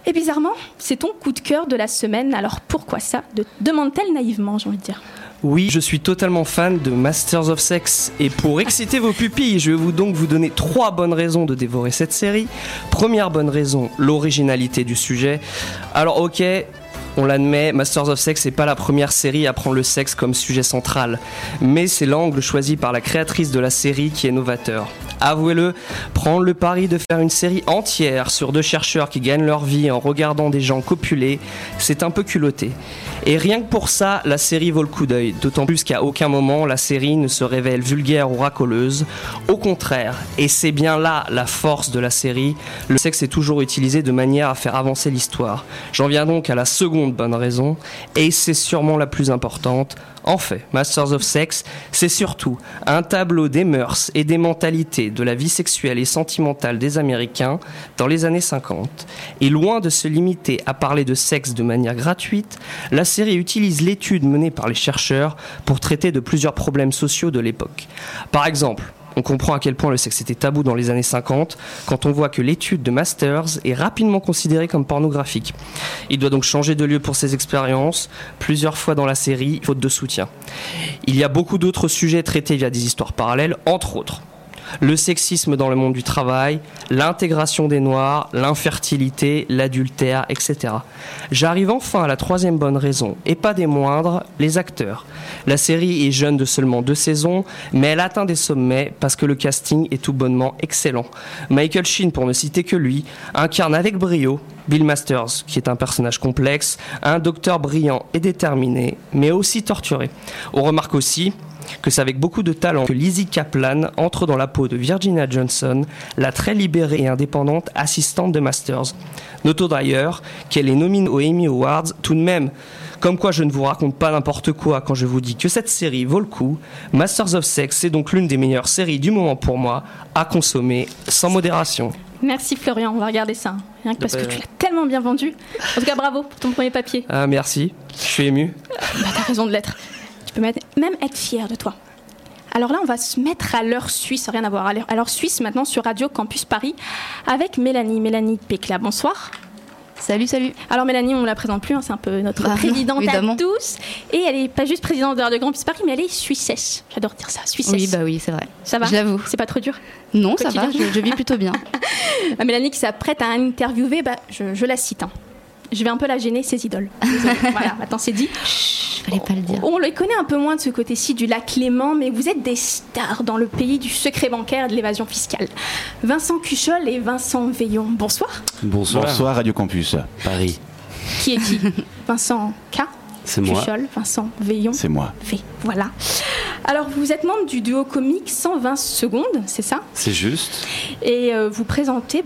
Et bizarrement, c'est ton coup de cœur de la semaine. Alors pourquoi ça demande-t-elle naïvement, j'ai envie de dire. Oui, je suis totalement fan de Masters of Sex. Et pour exciter vos pupilles, je vais donc vous donner 3 bonnes raisons de dévorer cette série. Première bonne raison, l'originalité du sujet. Alors ok, on l'admet, Masters of Sex n'est pas la première série à prendre le sexe comme sujet central. Mais c'est l'angle choisi par la créatrice de la série qui est novateur. Avouez-le, prendre le pari de faire une série entière sur 2 chercheurs qui gagnent leur vie en regardant des gens copuler, c'est un peu culotté. Et rien que pour ça, la série vaut le coup d'œil, d'autant plus qu'à aucun moment la série ne se révèle vulgaire ou racoleuse. Au contraire, et c'est bien là la force de la série, le sexe est toujours utilisé de manière à faire avancer l'histoire. J'en viens donc à la seconde bonne raison, et c'est sûrement la plus importante. En fait, Masters of Sex, c'est surtout un tableau des mœurs et des mentalités de la vie sexuelle et sentimentale des Américains dans les années 50. Et loin de se limiter à parler de sexe de manière gratuite, la série utilise l'étude menée par les chercheurs pour traiter de plusieurs problèmes sociaux de l'époque. Par exemple, on comprend à quel point le sexe était tabou dans les années 50 quand on voit que l'étude de Masters est rapidement considérée comme pornographique. Il doit donc changer de lieu pour ses expériences, plusieurs fois dans la série, faute de soutien. Il y a beaucoup d'autres sujets traités via des histoires parallèles, entre autres le sexisme dans le monde du travail, l'intégration des Noirs, l'infertilité, l'adultère, etc. J'arrive enfin à la 3e bonne raison, et pas des moindres, les acteurs. La série est jeune de seulement 2 saisons, mais elle atteint des sommets parce que le casting est tout bonnement excellent. Michael Sheen, pour ne citer que lui, incarne avec brio Bill Masters, qui est un personnage complexe, un docteur brillant et déterminé, mais aussi torturé. On remarque aussi que c'est avec beaucoup de talent que Lizzie Kaplan entre dans la peau de Virginia Johnson, la très libérée et indépendante assistante de Masters. Notons d'ailleurs qu'elle est nominée aux Emmy Awards tout de même. Comme quoi je ne vous raconte pas n'importe quoi quand je vous dis que cette série vaut le coup. Masters of Sex, c'est donc l'une des meilleures séries du moment pour moi, à consommer sans modération. Merci Florian, on va regarder ça. Rien que parce que tu l'as tellement bien vendu. En tout cas, bravo pour ton premier papier. Ah merci, je suis ému. T'as raison de l'être. Tu peux même être fier de toi. Alors là, on va se mettre à l'heure suisse, rien à voir. À l'heure suisse maintenant sur Radio Campus Paris avec Mélanie Pécla. Bonsoir. Salut. Alors Mélanie, on ne la présente plus, hein, c'est un peu notre présidente à tous. Et elle n'est pas juste présidente de Radio Campus Paris, mais elle est suissesse. J'adore dire ça, suissesse. Oui, c'est vrai. Ça va ? J'avoue. C'est pas trop dur ? Non, ça va, je vis plutôt bien. Mélanie qui s'apprête à interviewer, je la cite. Je vais un peu la gêner, ses idoles. Voilà, maintenant c'est dit. Fallait pas le dire. On les connaît un peu moins de ce côté-ci du lac Léman, mais vous êtes des stars dans le pays du secret bancaire et de l'évasion fiscale. Vincent Cuchol et Vincent Veillon, bonsoir. Bonsoir Radio Campus Paris. Qui est qui ? Vincent K. C'est moi. Cuchol, Vincent Veillon. C'est moi. Voilà. Alors, vous êtes membre du duo comique 120 secondes, c'est ça ? C'est juste. Et vous présenterez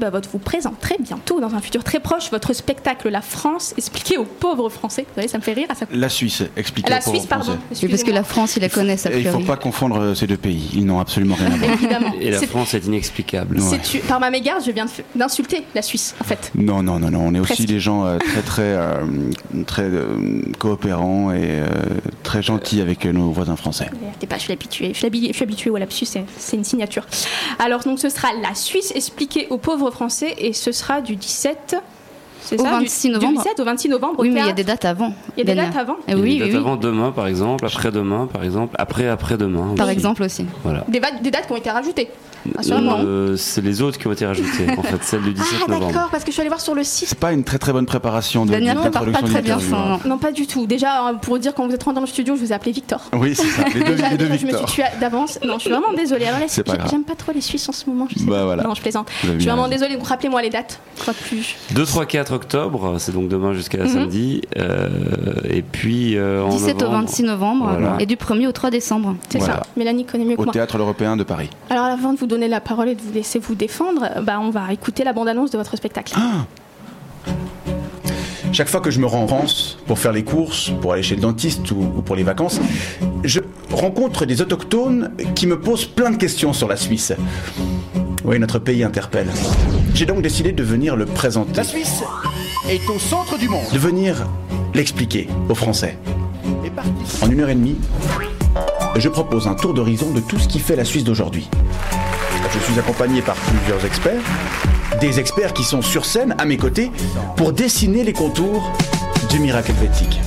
bientôt, dans un futur très proche, votre spectacle La France, expliqué aux pauvres Français. Vous savez, ça me fait rire à ça. La Suisse, expliqué aux pauvres Français. Pardon. Parce que la France, il la connaît, ça. Il ne faut pas confondre ces deux pays. Ils n'ont absolument rien à voir. Évidemment. Et la France est inexplicable. Par ma mégarde, je viens d'insulter la Suisse, en fait. Non. On est aussi des gens très coopérants et très gentils avec nos voisins français. Je suis habituée au lapsus, c'est une signature. Alors, donc, ce sera la Suisse expliquée aux pauvres Français et ce sera du 17... Au 26 novembre. Du 17 au 26 novembre. Oui, mais il y a des dates avant. Il y a des dates avant. Oui, des dates avant demain, par exemple, après-demain, par exemple, après-demain. Par exemple aussi. Voilà. Des dates qui ont été rajoutées. C'est les autres qui ont été rajoutées, en fait, celle du 17 novembre. D'accord, parce que je suis allée voir sur le site. C'est pas une très bonne préparation de Daniel ne parle pas très bien. Non, pas du tout. Déjà, pour dire, quand vous êtes rentré dans le studio, je vous ai appelé Victor. Oui, c'est ça. Les deux Victor. Je me suis tuée d'avance. Non, je suis vraiment désolée. Alors là, j'aime pas trop les Suisses en ce moment. Voilà. Non, je plaisante. Je suis vraiment désolée. Donc, rappelez-moi les dates. Je crois plus. 2, 3, 4 octobre, c'est donc demain jusqu'à samedi. Et puis. 17 au 26 novembre et du 1er au 3 décembre. C'est ça. Mélanie connaît mieux que moi. Au Théâtre Européen de Paris. Alors, avant de vous donner la parole et de vous laisser vous défendre, on va écouter la bande-annonce de votre spectacle. Chaque fois que je me rends en France pour faire les courses, pour aller chez le dentiste ou pour les vacances, je rencontre des autochtones qui me posent plein de questions sur la Suisse. Oui, notre pays interpelle. J'ai donc décidé de venir le présenter. La Suisse est au centre du monde. De venir l'expliquer aux Français. En 1h30, je propose un tour d'horizon de tout ce qui fait la Suisse d'aujourd'hui. Je suis accompagné par plusieurs experts, des experts qui sont sur scène à mes côtés pour dessiner les contours du miracle helvétique.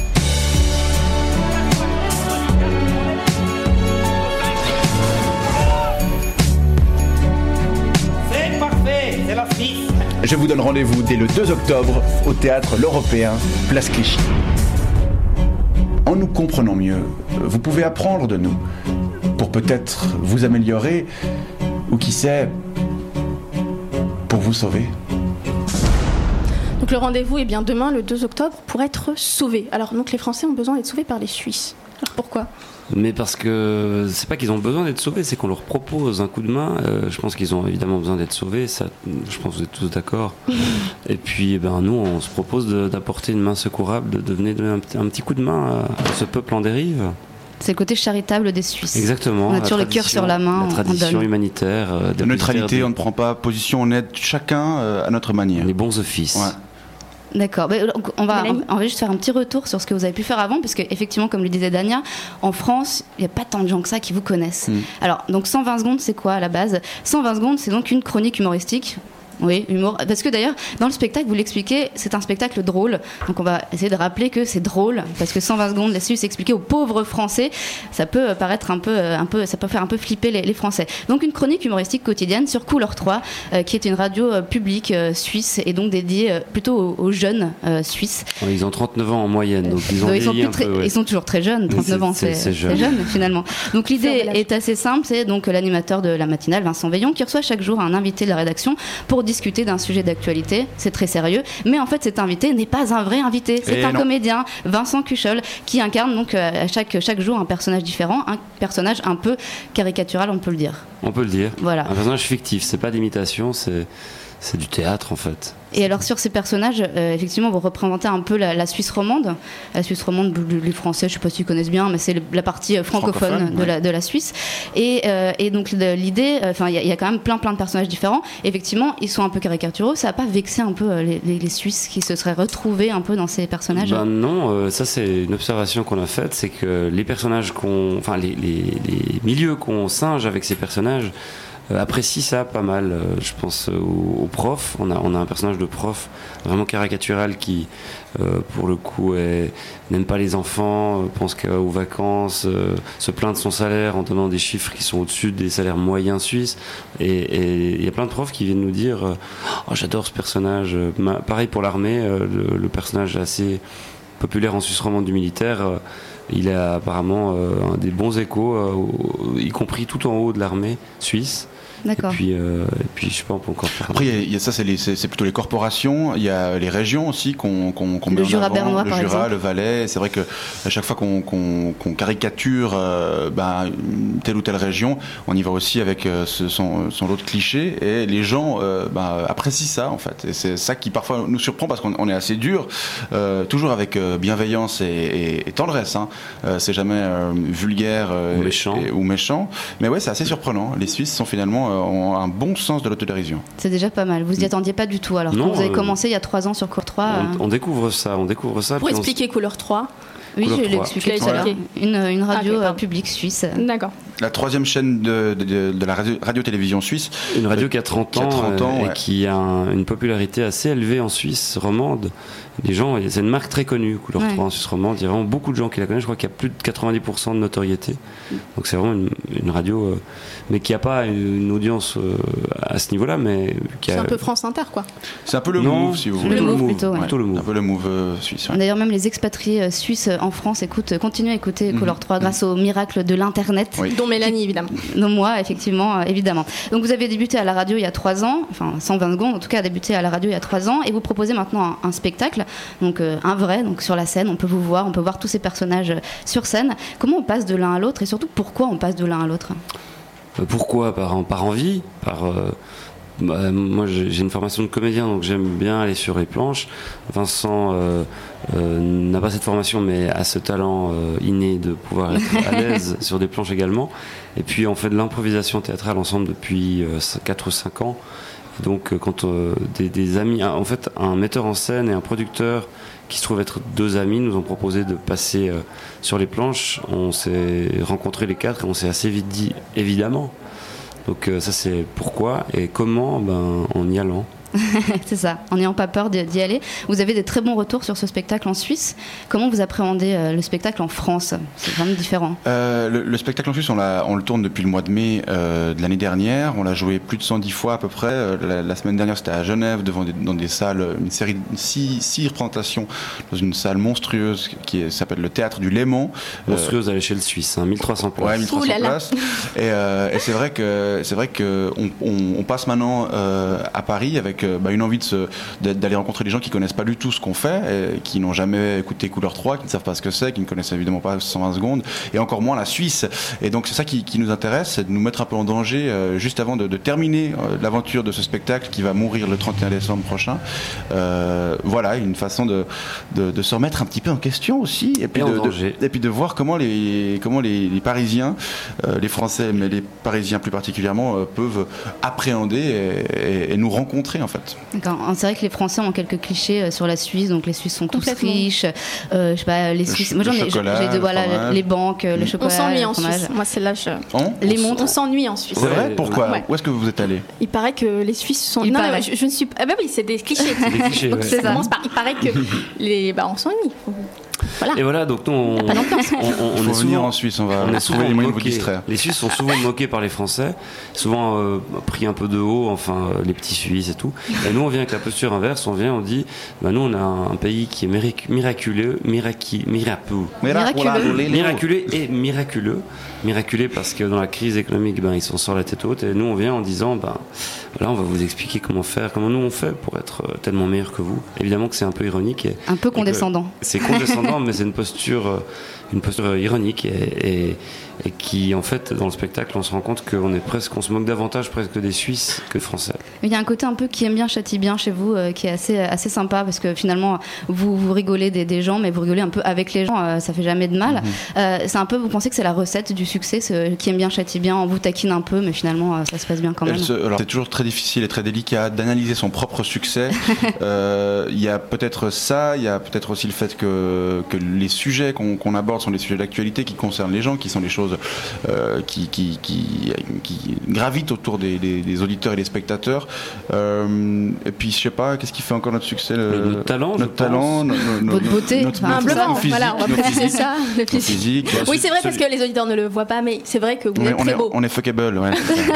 C'est parfait, c'est la Suisse. Je vous donne rendez-vous dès le 2 octobre au Théâtre L'Européen, place Clichy. En nous comprenant mieux, vous pouvez apprendre de nous pour peut-être vous améliorer ou qui sait, pour vous sauver. Donc le rendez-vous est bien demain, le 2 octobre, pour être sauvés. Alors donc les Français ont besoin d'être sauvés par les Suisses. Alors pourquoi ? Mais parce que c'est pas qu'ils ont besoin d'être sauvés, c'est qu'on leur propose un coup de main. Je pense qu'ils ont évidemment besoin d'être sauvés, ça, je pense que vous êtes tous d'accord. Et puis nous, on se propose d'apporter une main secourable, de venir donner un petit coup de main à ce peuple en dérive. C'est le côté charitable des Suisses. Exactement. On a toujours le cœur sur la main. La tradition humanitaire. La neutralité, on ne prend pas position, on aide chacun à notre manière. Les bons offices. Ouais. D'accord. On va juste faire un petit retour sur ce que vous avez pu faire avant, parce qu'effectivement, comme le disait Dania, en France, il n'y a pas tant de gens que ça qui vous connaissent. Alors, donc 120 secondes, c'est quoi à la base ? 120 secondes, c'est donc une chronique humoristique. Oui, humour. Parce que d'ailleurs, dans le spectacle, vous l'expliquez, c'est un spectacle drôle. Donc on va essayer de rappeler que c'est drôle, parce que 120 secondes, laissez s'expliquer aux pauvres Français, ça peut paraître ça peut faire un peu flipper les Français. Donc une chronique humoristique quotidienne sur Couleur 3, qui est une radio publique suisse, et donc dédiée plutôt aux jeunes Suisses. Ouais, ils ont 39 ans en moyenne, donc ils ont ils sont toujours très jeunes, 39 ans, c'est jeune finalement. Donc l'idée est assez simple, c'est donc l'animateur de la matinale, Vincent Veillon, qui reçoit chaque jour un invité de la rédaction pour discuter d'un sujet d'actualité. C'est très sérieux, mais en fait cet invité n'est pas un vrai invité, c'est un comédien, Vincent Cuchol, qui incarne donc à chaque jour un personnage différent, un personnage un peu caricatural, on peut le dire. On peut le dire. Voilà. Un personnage fictif, c'est pas d'imitation, c'est du théâtre en fait. Et alors sur ces personnages, effectivement, vous représentez un peu la Suisse romande. La Suisse romande, les Français, je ne sais pas s'ils connaissent bien, mais c'est la partie francophone de la Suisse. Et donc l'idée, il y a quand même plein de personnages différents. Effectivement, ils sont un peu caricaturaux. Ça n'a pas vexé un peu les Suisses qui se seraient retrouvés un peu dans ces personnages ? Non, ça c'est une observation qu'on a faite, c'est que les personnages les milieux qu'on singe avec ces personnages apprécie ça pas mal. Je pense au prof. On a un personnage de prof vraiment caricatural qui, pour le coup, n'aime pas les enfants, pense qu'aux vacances, se plaint de son salaire en donnant des chiffres qui sont au-dessus des salaires moyens suisses. Et il y a plein de profs qui viennent nous dire oh, j'adore ce personnage. Pareil pour l'armée, le personnage assez populaire en Suisse romande du militaire. Il a apparemment des bons échos, y compris tout en haut de l'armée suisse. D'accord. Et puis je sais pas, on peut encore faire. Après, il y a ça, c'est plutôt les corporations. Il y a les régions aussi qu'on met le Jura en avant, bernois, le Jura, le Valais. C'est vrai que à chaque fois qu'on caricature telle ou telle région, on y va aussi avec son lot de clichés, et les gens apprécient ça en fait. Et c'est ça qui parfois nous surprend parce qu'on est assez dur, toujours avec bienveillance et tendresse. C'est jamais vulgaire ou méchant. Mais ouais, c'est assez surprenant. Les Suisses sont finalement ont un bon sens de l'autodérision. C'est déjà pas mal. Vous y attendiez pas du tout. Alors quand vous avez commencé il y a 3 ans sur Couleur 3. On découvre ça. Pour expliquer Couleur 3. Oui, je l'ai expliqué tout à l'heure. Une radio publique suisse. D'accord. La 3e chaîne de la radio-télévision suisse. Une radio qui a 30 ans, et qui a une popularité assez élevée en Suisse romande. Les gens, c'est une marque très connue, Couleur 3 en Suisse romande. Il y a vraiment beaucoup de gens qui la connaissent. Je crois qu'il y a plus de 90% de notoriété. Donc c'est vraiment une radio, mais qui n'a pas une audience à ce niveau-là. Mais c'est un peu France Inter, quoi. C'est un peu le move, si vous voulez. Le move plutôt. Plutôt le move. Un peu le move suisse. Ouais. D'ailleurs, même les expatriés suisses en France continuent à écouter Couleur 3 grâce au miracle de l'Internet. Oui. Dont Mélanie, évidemment. Dont moi, effectivement, évidemment. Donc vous avez débuté à la radio il y a 3 ans, enfin 120 secondes en tout cas, a débuté à la radio il y a 3 ans, et vous proposez maintenant un spectacle, donc un vrai, donc sur la scène, on peut vous voir, on peut voir tous ces personnages sur scène. Comment on passe de l'un à l'autre, et surtout pourquoi on passe de l'un à l'autre ? Pourquoi ? Par envie, moi j'ai une formation de comédien, donc j'aime bien aller sur les planches. Vincent n'a pas cette formation, mais a ce talent inné de pouvoir être à l'aise sur des planches également. Et puis on fait de l'improvisation théâtrale ensemble depuis 4 ou 5 ans. Et donc quand des amis, en fait un metteur en scène et un producteur qui se trouvent être 2 amis nous ont proposé de passer sur les planches. On s'est rencontrés les 4 et on s'est assez vite dit évidemment. Donc ça c'est pourquoi et comment, en y allant. C'est ça, en n'ayant pas peur d'y aller. Vous avez des très bons retours sur ce spectacle en Suisse. Comment vous appréhendez le spectacle en France ? C'est vraiment différent. Le spectacle en Suisse, on le tourne depuis le mois de mai de l'année dernière. On l'a joué plus de 110 fois à peu près. La semaine dernière, c'était à Genève, dans des salles, une série de 6 représentations dans une salle monstrueuse qui s'appelle le Théâtre du Léman. Monstrueuse à l'échelle suisse, 1300 places. Ouais, 1300 places. Et c'est vrai que on passe maintenant à Paris avec une envie d'aller rencontrer des gens qui connaissent pas du tout ce qu'on fait, qui n'ont jamais écouté Couleur 3, qui ne savent pas ce que c'est, qui ne connaissent évidemment pas 120 secondes, et encore moins la Suisse. Et donc c'est ça qui nous intéresse, c'est de nous mettre un peu en danger juste avant de terminer l'aventure de ce spectacle qui va mourir le 31 décembre prochain. Voilà, une façon de se remettre un petit peu en question aussi, et puis de voir comment les Parisiens, les Français, mais les Parisiens plus particulièrement, peuvent appréhender et nous rencontrer en fait. D'accord. C'est vrai que les Français ont quelques clichés sur la Suisse, donc les Suisses sont tous riches, je sais pas, les Suisses, moi les banques, le chocolat, on s'ennuie en fromage. Suisse. Moi celle-là, les montres, on s'ennuie en Suisse. C'est vrai. Pourquoi? Ouais. Où est-ce que vous êtes allé? Il paraît que les Suisses sont. Non, je ne suis pas. Ah bah oui, c'est des clichés. Donc ça commence par. Il paraît que on s'ennuie. Voilà. Et voilà, donc nous, on est souvent en Suisse, on va trouver les moyens de vous distraire. Les Suisses sont souvent moqués par les Français, souvent pris un peu de haut, enfin les petits Suisses et tout. Et nous, on vient avec la posture inverse, on dit, nous, on a un pays qui est miraculeux et miraculeux. Miraculé parce que dans la crise économique, ils s'en sortent la tête haute. Et nous, on vient en disant, voilà, on va vous expliquer comment nous on fait pour être tellement meilleur que vous. Évidemment que c'est un peu ironique. Un peu condescendant. C'est condescendant, mais c'est une posture ironique et qui, en fait, dans le spectacle, on se rend compte qu'on se moque davantage presque des Suisses que des Français. Il y a un côté un peu qui aime bien, châtie bien chez vous, qui est assez sympa, parce que finalement, vous rigolez des gens, mais vous rigolez un peu avec les gens, ça fait jamais de mal. C'est un peu, vous pensez que c'est la recette du succès, qui aime bien, châtie bien, on vous taquine un peu, mais finalement, ça se passe bien quand même. Alors, c'est toujours très difficile et très délicat d'analyser son propre succès. Il y a peut-être ça, il y a peut-être aussi le fait que les sujets qu'on aborde sont des sujets d'actualité qui concernent les gens, qui sont des choses qui gravitent autour des auditeurs et des spectateurs. Et puis je sais pas, qu'est-ce qui fait encore notre succès, notre talent, votre beauté, notre physique, voilà, on va préciser ça, le physique. Oui, c'est vrai, parce que les auditeurs ne le voient pas, mais c'est vrai que vous êtes très beau. On est fuckable, ouais.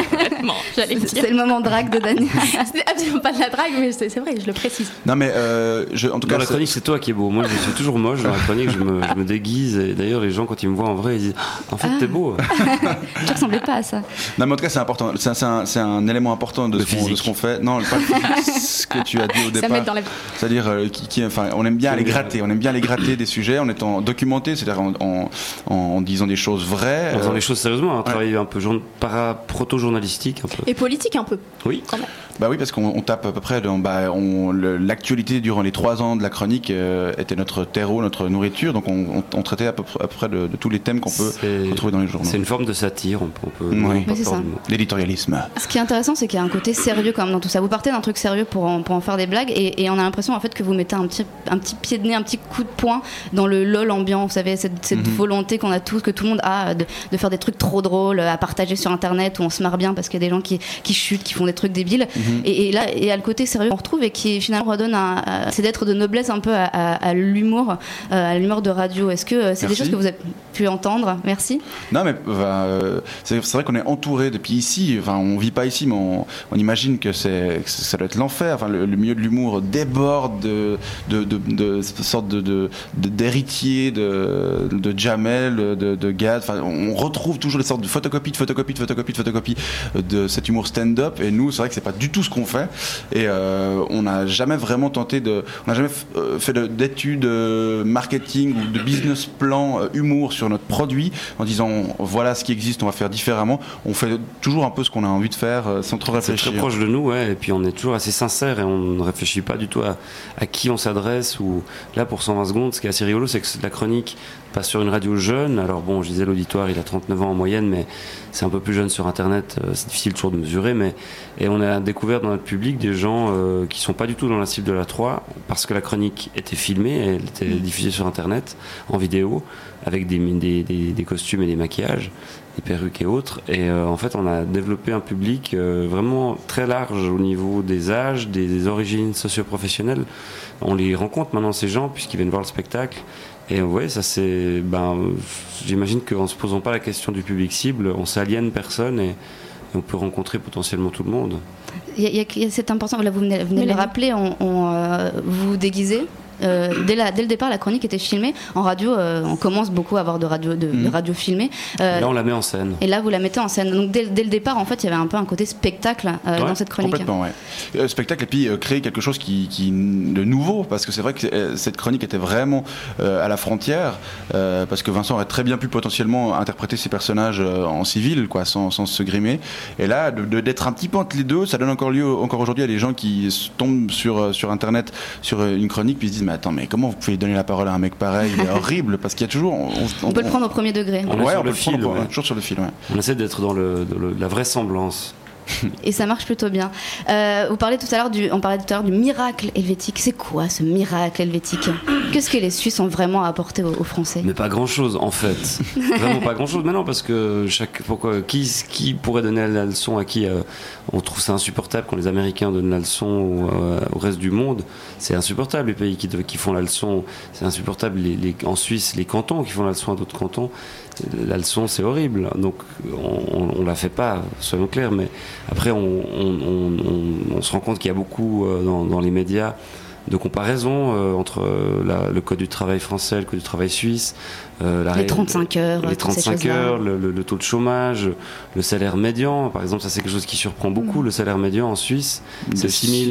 C'est le moment drague de Daniel. C'est absolument pas de la drague, mais c'est vrai, je le précise. Non mais en tout cas, dans la chronique, c'est toi qui es beau. Moi, je suis toujours moche dans la chronique. Je me déguise. Et d'ailleurs, les gens, quand ils me voient en vrai, ils disent en fait, t'es beau. Tu ressemblais pas à ça. Non, mais en tout cas, c'est important. C'est un élément important de ce qu'on fait. Non, pas ce que tu as dit au départ. C'est-à-dire, on aime bien aller gratter. On aime bien aller gratter des sujets en étant documenté, c'est-à-dire en disant des choses vraies. En disant des choses sérieusement, un travail un peu proto-journalistique. Un peu. Et politique un peu. Oui. Quand même. Bah oui, parce qu'on tape à peu près l'actualité durant les 3 ans de la chronique était notre terreau, notre nourriture, donc on traitait à peu près de tous les thèmes qu'on peut retrouver dans les journaux. C'est une forme de satire, on peut c'est ça. L'éditorialisme. Ce qui est intéressant, c'est qu'il y a un côté sérieux quand même dans tout ça. Vous partez d'un truc sérieux pour en faire des blagues, et on a l'impression en fait que vous mettez un petit pied de nez, un petit coup de poing dans le lol ambiant, vous savez, cette volonté qu'on a tous, que tout le monde a de faire des trucs trop drôles à partager sur internet où on se marre bien parce qu'il y a des gens qui chutent, qui font des trucs débiles. Et là, il y a le côté sérieux qu'on retrouve et qui finalement redonne c'est d'être de noblesse un peu à l'humour de radio. Est-ce que c'est des choses que vous avez pu entendre? Merci. Non, mais c'est vrai qu'on est entouré depuis ici. Enfin, on vit pas ici, mais on imagine que ça doit être l'enfer. Enfin, le milieu de l'humour déborde de sortes d'héritiers de Jamel, de Gad. Enfin, on retrouve toujours des sortes de photocopies de cet humour stand-up. Et nous, c'est vrai que c'est pas du tout ce qu'on fait, et on n'a jamais vraiment on n'a jamais fait d'études marketing ou de business plan humour sur notre produit en disant voilà ce qui existe, on va faire différemment. On fait toujours un peu ce qu'on a envie de faire sans trop réfléchir. C'est très proche de nous, ouais, et puis on est toujours assez sincère et on ne réfléchit pas du tout à qui on s'adresse. Ou là, pour 120 secondes, ce qui est assez rigolo, c'est que la chronique passe sur une radio jeune. Alors bon, je disais l'auditoire, il a 39 ans en moyenne, mais c'est un peu plus jeune sur internet, c'est difficile toujours de mesurer, et on a découvert dans notre public des gens qui sont pas du tout dans la cible de la 3, parce que la chronique était filmée, elle était diffusée sur internet en vidéo avec des des costumes et des maquillages, des perruques et autres. Et en fait, on a développé un public vraiment très large au niveau des âges, des origines socio-professionnelles. On les rencontre maintenant, ces gens, puisqu'ils viennent voir le spectacle. Et vous voyez, ça c'est... j'imagine qu'en ne se posant pas la question du public cible, on s'aliène personne et on peut rencontrer potentiellement tout le monde. C'est important, là vous venez de le rappeler, vous vous déguisez. Dès le départ, la chronique était filmée. En radio, on commence beaucoup à avoir de radio filmée. Là, on la met en scène. Et là, vous la mettez en scène. Donc, dès le départ, en fait, il y avait un peu un côté spectacle dans cette chronique. Complètement, ouais. Spectacle et puis créer quelque chose qui de nouveau, parce que c'est vrai que cette chronique était vraiment à la frontière, parce que Vincent aurait très bien pu potentiellement interpréter ses personnages en civil, quoi, sans se grimer. Et là, d'être un petit peu entre les deux, ça donne encore lieu, encore aujourd'hui, à des gens qui tombent sur Internet, sur une chronique, puis se disent mais attends, mais comment vous pouvez donner la parole à un mec pareil? Il est horrible, parce qu'il y a toujours... On peut le prendre au premier degré. On est sur le fil, toujours sur le fil, ouais. On essaie d'être dans la vraisemblance. Et ça marche plutôt bien. On parlait tout à l'heure du miracle helvétique. C'est quoi ce miracle helvétique? Qu'est-ce que les Suisses ont vraiment apporté aux Français? Mais pas grand-chose, en fait. Vraiment pas grand-chose. Mais non, parce que qui pourrait donner la leçon à qui? On trouve ça insupportable quand les Américains donnent la leçon au reste du monde. C'est insupportable, les pays qui font la leçon. C'est insupportable, en Suisse, les cantons qui font la leçon à d'autres cantons. La leçon, c'est horrible. Donc, on la fait pas, soyons clairs. Mais après, on se rend compte qu'il y a beaucoup dans les médias de comparaison entre le code du travail français, le code du travail suisse, les 35 heures, le taux de chômage, le salaire médian. Par exemple, ça c'est quelque chose qui surprend beaucoup. Le salaire médian en Suisse, c'est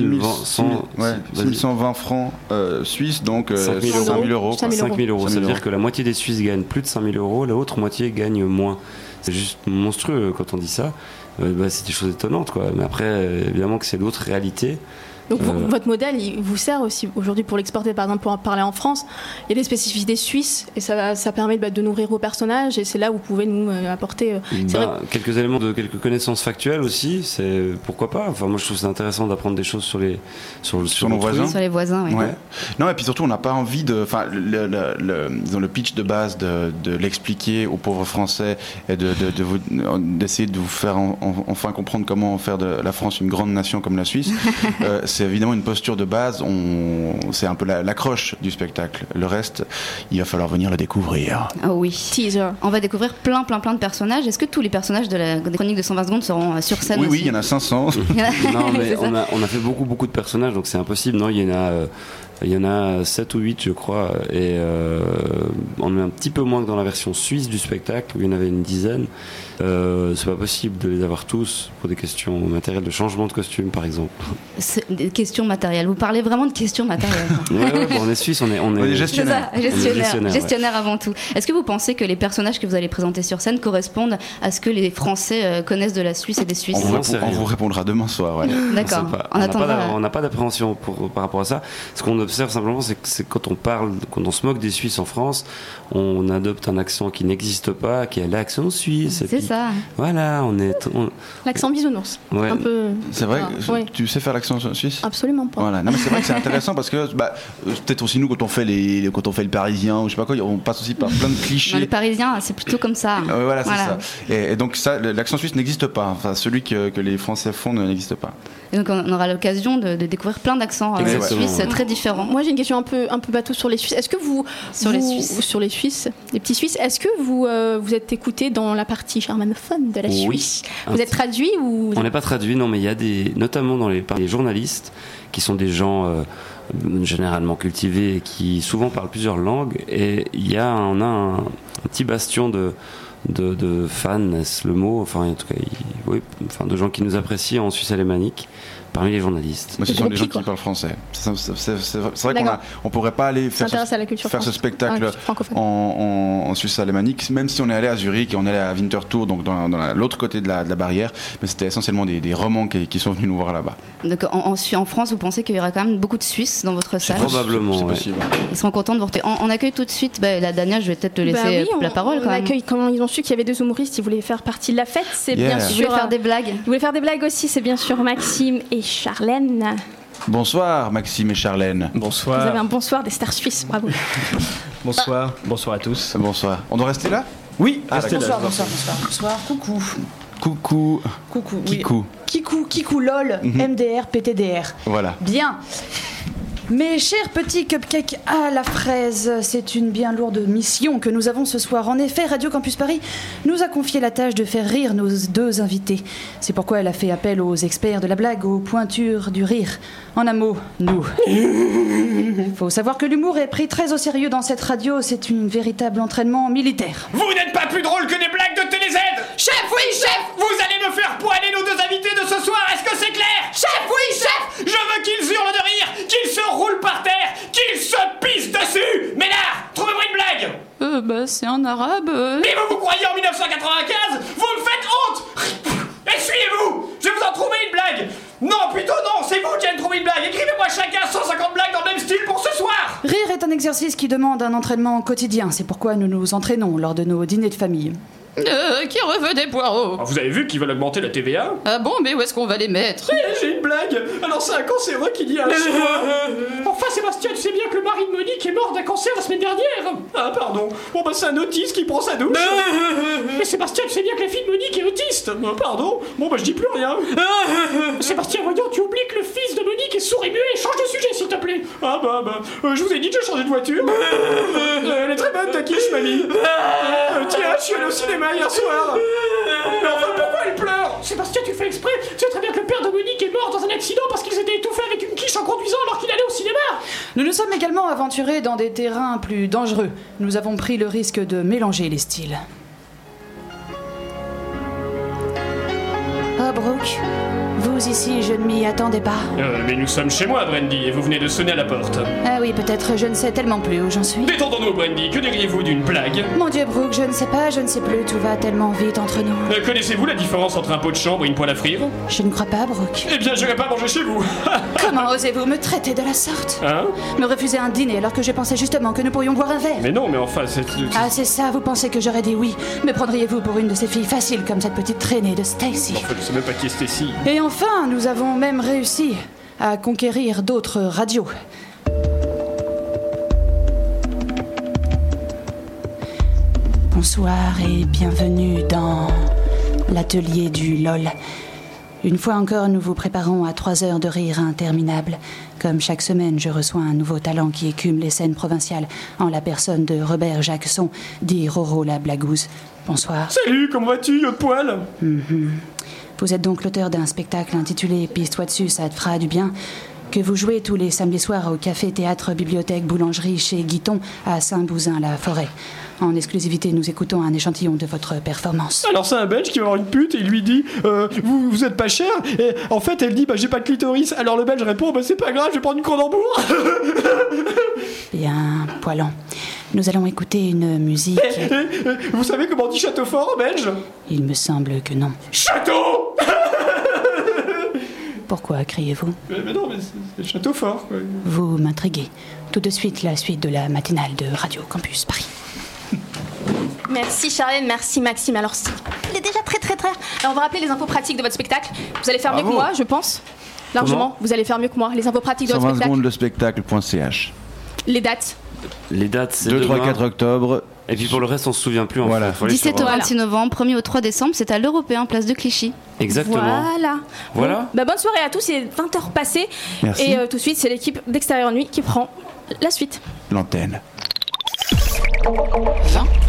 6120 francs suisses, donc 5 000 euros. 5 000 euros. Ça veut dire que la moitié des Suisses gagnent plus de 5 000 euros, l'autre moitié gagne moins. C'est juste monstrueux quand on dit ça. C'est des choses étonnantes, quoi. Mais après, évidemment que c'est d'autres réalités. Donc votre modèle, il vous sert aussi aujourd'hui pour l'exporter, par exemple pour en parler en France. Il y a des spécificités suisses et ça permet de nourrir vos personnages, et c'est là où vous pouvez nous apporter quelques éléments quelques connaissances factuelles aussi. C'est pourquoi pas. Enfin, moi je trouve c'est intéressant d'apprendre des choses sur nos voisins. Sur les voisins, oui. Ouais. Non, et puis surtout on n'a pas envie disons le pitch de base de l'expliquer aux pauvres Français et d'essayer de vous faire enfin comprendre comment faire de la France une grande nation comme la Suisse. C'est évidemment une posture de base, c'est un peu l'accroche du spectacle. Le reste, il va falloir venir le découvrir. Oh oui. Teaser. On va découvrir plein de personnages. Est-ce que tous les personnages des chroniques de 120 secondes seront sur scène aussi? Oui, il y en a 500. Non, mais on a fait beaucoup de personnages, donc c'est impossible. Non, il y en a 7 ou 8, je crois, et on est un petit peu moins que dans la version suisse du spectacle, où il y en avait une dizaine. C'est pas possible de les avoir tous pour des questions matérielles, de changement de costume, par exemple. Des questions matérielles. Vous parlez vraiment de questions matérielles. Ouais, on est suisse, on est gestionnaire. Gestionnaire avant tout. Est-ce que vous pensez que les personnages que vous allez présenter sur scène correspondent à ce que les Français connaissent de la Suisse et des Suisses? On vous répondra demain soir. Ouais. D'accord. On n'a pas d'appréhension par rapport à ça. Ce qu'on observe simplement, c'est quand on se moque des Suisses en France, on adopte un accent qui n'existe pas, qui est l'accent suisse. C'est ça. Voilà, l'accent bisounours. Ouais. Un peu. C'est vrai. Tu sais faire l'accent suisse? Absolument pas. Voilà. Non, mais c'est vrai que c'est intéressant parce que peut-être aussi nous quand on fait le parisien ou je sais pas quoi, on passe aussi par plein de clichés. Le parisien, c'est plutôt comme ça. Voilà, c'est ça. Et donc ça, l'accent suisse n'existe pas. Enfin, celui que les Français font n'existe pas. Et donc on aura l'occasion de découvrir plein d'accents suisses très différents. Moi j'ai une question un peu bateau sur les Suisses. Est-ce que sur les Suisses, les petits Suisses, est-ce que vous êtes écoutés dans la partie germanophone de la Suisse? Vous êtes traduit ou? On n'est pas traduit, non, mais il y a notamment dans les journalistes qui sont des gens généralement cultivés et qui souvent parlent plusieurs langues, et on a un petit bastion de fans, est-ce le mot, enfin en tout cas, de gens qui nous apprécient en Suisse alémanique parmi les journalistes. Mais ce sont des gens qui parlent français. C'est vrai qu'on pourrait pas aller faire ce spectacle en Suisse alémanique, même si on est allé à Zurich et on est allé à Winterthur, donc dans l'autre côté de la barrière, mais c'était essentiellement des Romands qui sont venus nous voir là-bas. Donc en France, vous pensez qu'il y aura quand même beaucoup de Suisses dans votre salle? Probablement, c'est possible. Ils seront contents de vous retrouver. On accueille tout de suite, la Dania, je vais peut-être te laisser la parole quand même. On accueille, quand ils ont su qu'il y avait 2 humoristes, ils voulaient faire partie de la fête, c'est bien sûr. Ils voulaient faire des blagues. Ils voulaient faire des blagues aussi, c'est bien sûr Maxime et Charlène. Bonsoir Maxime et Charlène. Bonsoir. Vous avez un bonsoir des stars suisses, bravo. Bonsoir, bonsoir à tous. Bonsoir. On doit rester là ? Oui, restez là. Bonsoir, coucou. Coucou. Oui. Kikou, lol, MDR, PTDR. Voilà. Bien. Mes chers petits cupcakes à la fraise, c'est une bien lourde mission que nous avons ce soir. En effet, Radio Campus Paris nous a confié la tâche de faire rire nos deux invités. C'est pourquoi elle a fait appel aux experts de la blague, aux pointures du rire. En un mot, nous. Faut savoir que l'humour est pris très au sérieux dans cette radio, c'est un véritable entraînement militaire. Vous n'êtes pas plus drôle que des blagues de TéléZ. Chef, oui, chef. Vous allez me faire poiler nos deux invités de ce soir, est-ce que c'est clair? Chef, oui, chef. Je veux qu'ils hurlent de rire, qu'ils se roulent par terre, qu'ils se pissent dessus. Ménard, trouvez-moi une blague. C'est en arabe. Mais vous croyez en 1995? Vous me faites honte. Essuyez-vous. Je vais vous en trouver une blague. Non, plutôt non, c'est vous qui allez me trouver une blague. Écrivez-moi chacun 150 blagues dans le même style pour ce soir. Rire est un exercice qui demande un entraînement quotidien. C'est pourquoi nous nous entraînons lors de nos dîners de famille. Qui reveut des poireaux? Vous avez vu qu'ils veulent augmenter la TVA? Ah bon, mais où est-ce qu'on va les mettre? J'ai une blague. Alors c'est un cancéreux qui dit à un chinois. Enfin Sébastien, tu sais bien que le mari de Monique est mort d'un cancer la semaine dernière. Ah pardon. Bon c'est un autiste qui prend sa douche. Mais Sébastien, tu sais bien que la fille de Monique est autiste. Pardon. Bon je dis plus rien. Sébastien, voyons, tu oublies que le fils de Monique est sourd et muet. Change de sujet s'il te plaît. Je vous ai dit que j'ai changé de voiture. Elle est très bonne ta quiche, mamie. Tiens, je suis allé au cinéma hier soir. Mais enfin, pourquoi elle pleure? Sébastien, tu fais exprès. Tu sais très bien que le père de Monique est mort dans un accident parce qu'il s'était étouffé avec une quiche en conduisant alors qu'il allait au cinéma. Nous nous sommes également aventurés dans des terrains plus dangereux. Nous avons pris le risque de mélanger les styles. Oh, Brooke, vous ici, je ne m'y attendais pas. Mais nous sommes chez moi, Brandy, et vous venez de sonner à la porte. Ah oui, peut-être, je ne sais tellement plus où j'en suis. Détendons-nous, Brandy, que diriez-vous d'une blague? Mon Dieu, Brooke, je ne sais pas, je ne sais plus, tout va tellement vite entre nous. Connaissez-vous la différence entre un pot de chambre et une poêle à frire? Je ne crois pas, Brooke. Eh bien, je n'irai pas manger chez vous. Comment osez-vous me traiter de la sorte? Hein? Me refuser un dîner alors que je pensais justement que nous pourrions boire un verre. Mais non, mais enfin, c'est... Ah, c'est ça, vous pensez que j'aurais dit oui. Me prendriez-vous pour une de ces filles faciles comme cette petite traînée de Stacy? Enfin, je sais même pas qui est Stacy. Et enfin, nous avons même réussi à conquérir d'autres radios. Bonsoir et bienvenue dans l'atelier du LOL. Une fois encore, nous vous préparons à 3 heures de rire interminables. Comme chaque semaine, je reçois un nouveau talent qui écume les scènes provinciales en la personne de Robert Jacquesson, dit Roro la Blagouze. Bonsoir. Salut, comment vas-tu, yeux de poil? Vous êtes donc l'auteur d'un spectacle intitulé « Pisse-toi dessus, ça te fera du bien » que vous jouez tous les samedis soirs au Café Théâtre Bibliothèque Boulangerie chez Guiton à Saint-Bouzin-la-Forêt. En exclusivité, nous écoutons un échantillon de votre performance. Alors c'est un Belge qui va voir une pute et il lui dit vous êtes pas cher? Et en fait elle dit j'ai pas de clitoris. Alors le Belge répond c'est pas grave, je vais prendre une Cronenbourg. Bien, poilant. Nous allons écouter une musique... Vous savez comment on dit château fort en belge? Il me semble que non. Château. Pourquoi criez-vous? Mais non, mais c'est château fort, quoi. Vous m'intriguez. Tout de suite, la suite de la matinale de Radio Campus Paris. Merci Charlène, merci Maxime. Alors, il est déjà très. Alors, on va rappeler les infos pratiques de votre spectacle. Vous allez faire mieux que moi, je pense. Largement, vous allez faire mieux que moi. Les infos pratiques de votre spectacle. 120 secondes de spectacle.ch. Les dates. Les dates, c'est 2, 3, 4 octobre. Et puis pour le reste, on se souvient plus. Voilà. 17 au 26 novembre, 1er au 3 décembre, c'est à l'Européen, place de Clichy. Exactement. Voilà. Bonne soirée à tous, il est 20h passé. Merci. Et tout de suite, c'est l'équipe d'Extérieur Nuit qui prend la suite. L'antenne. 20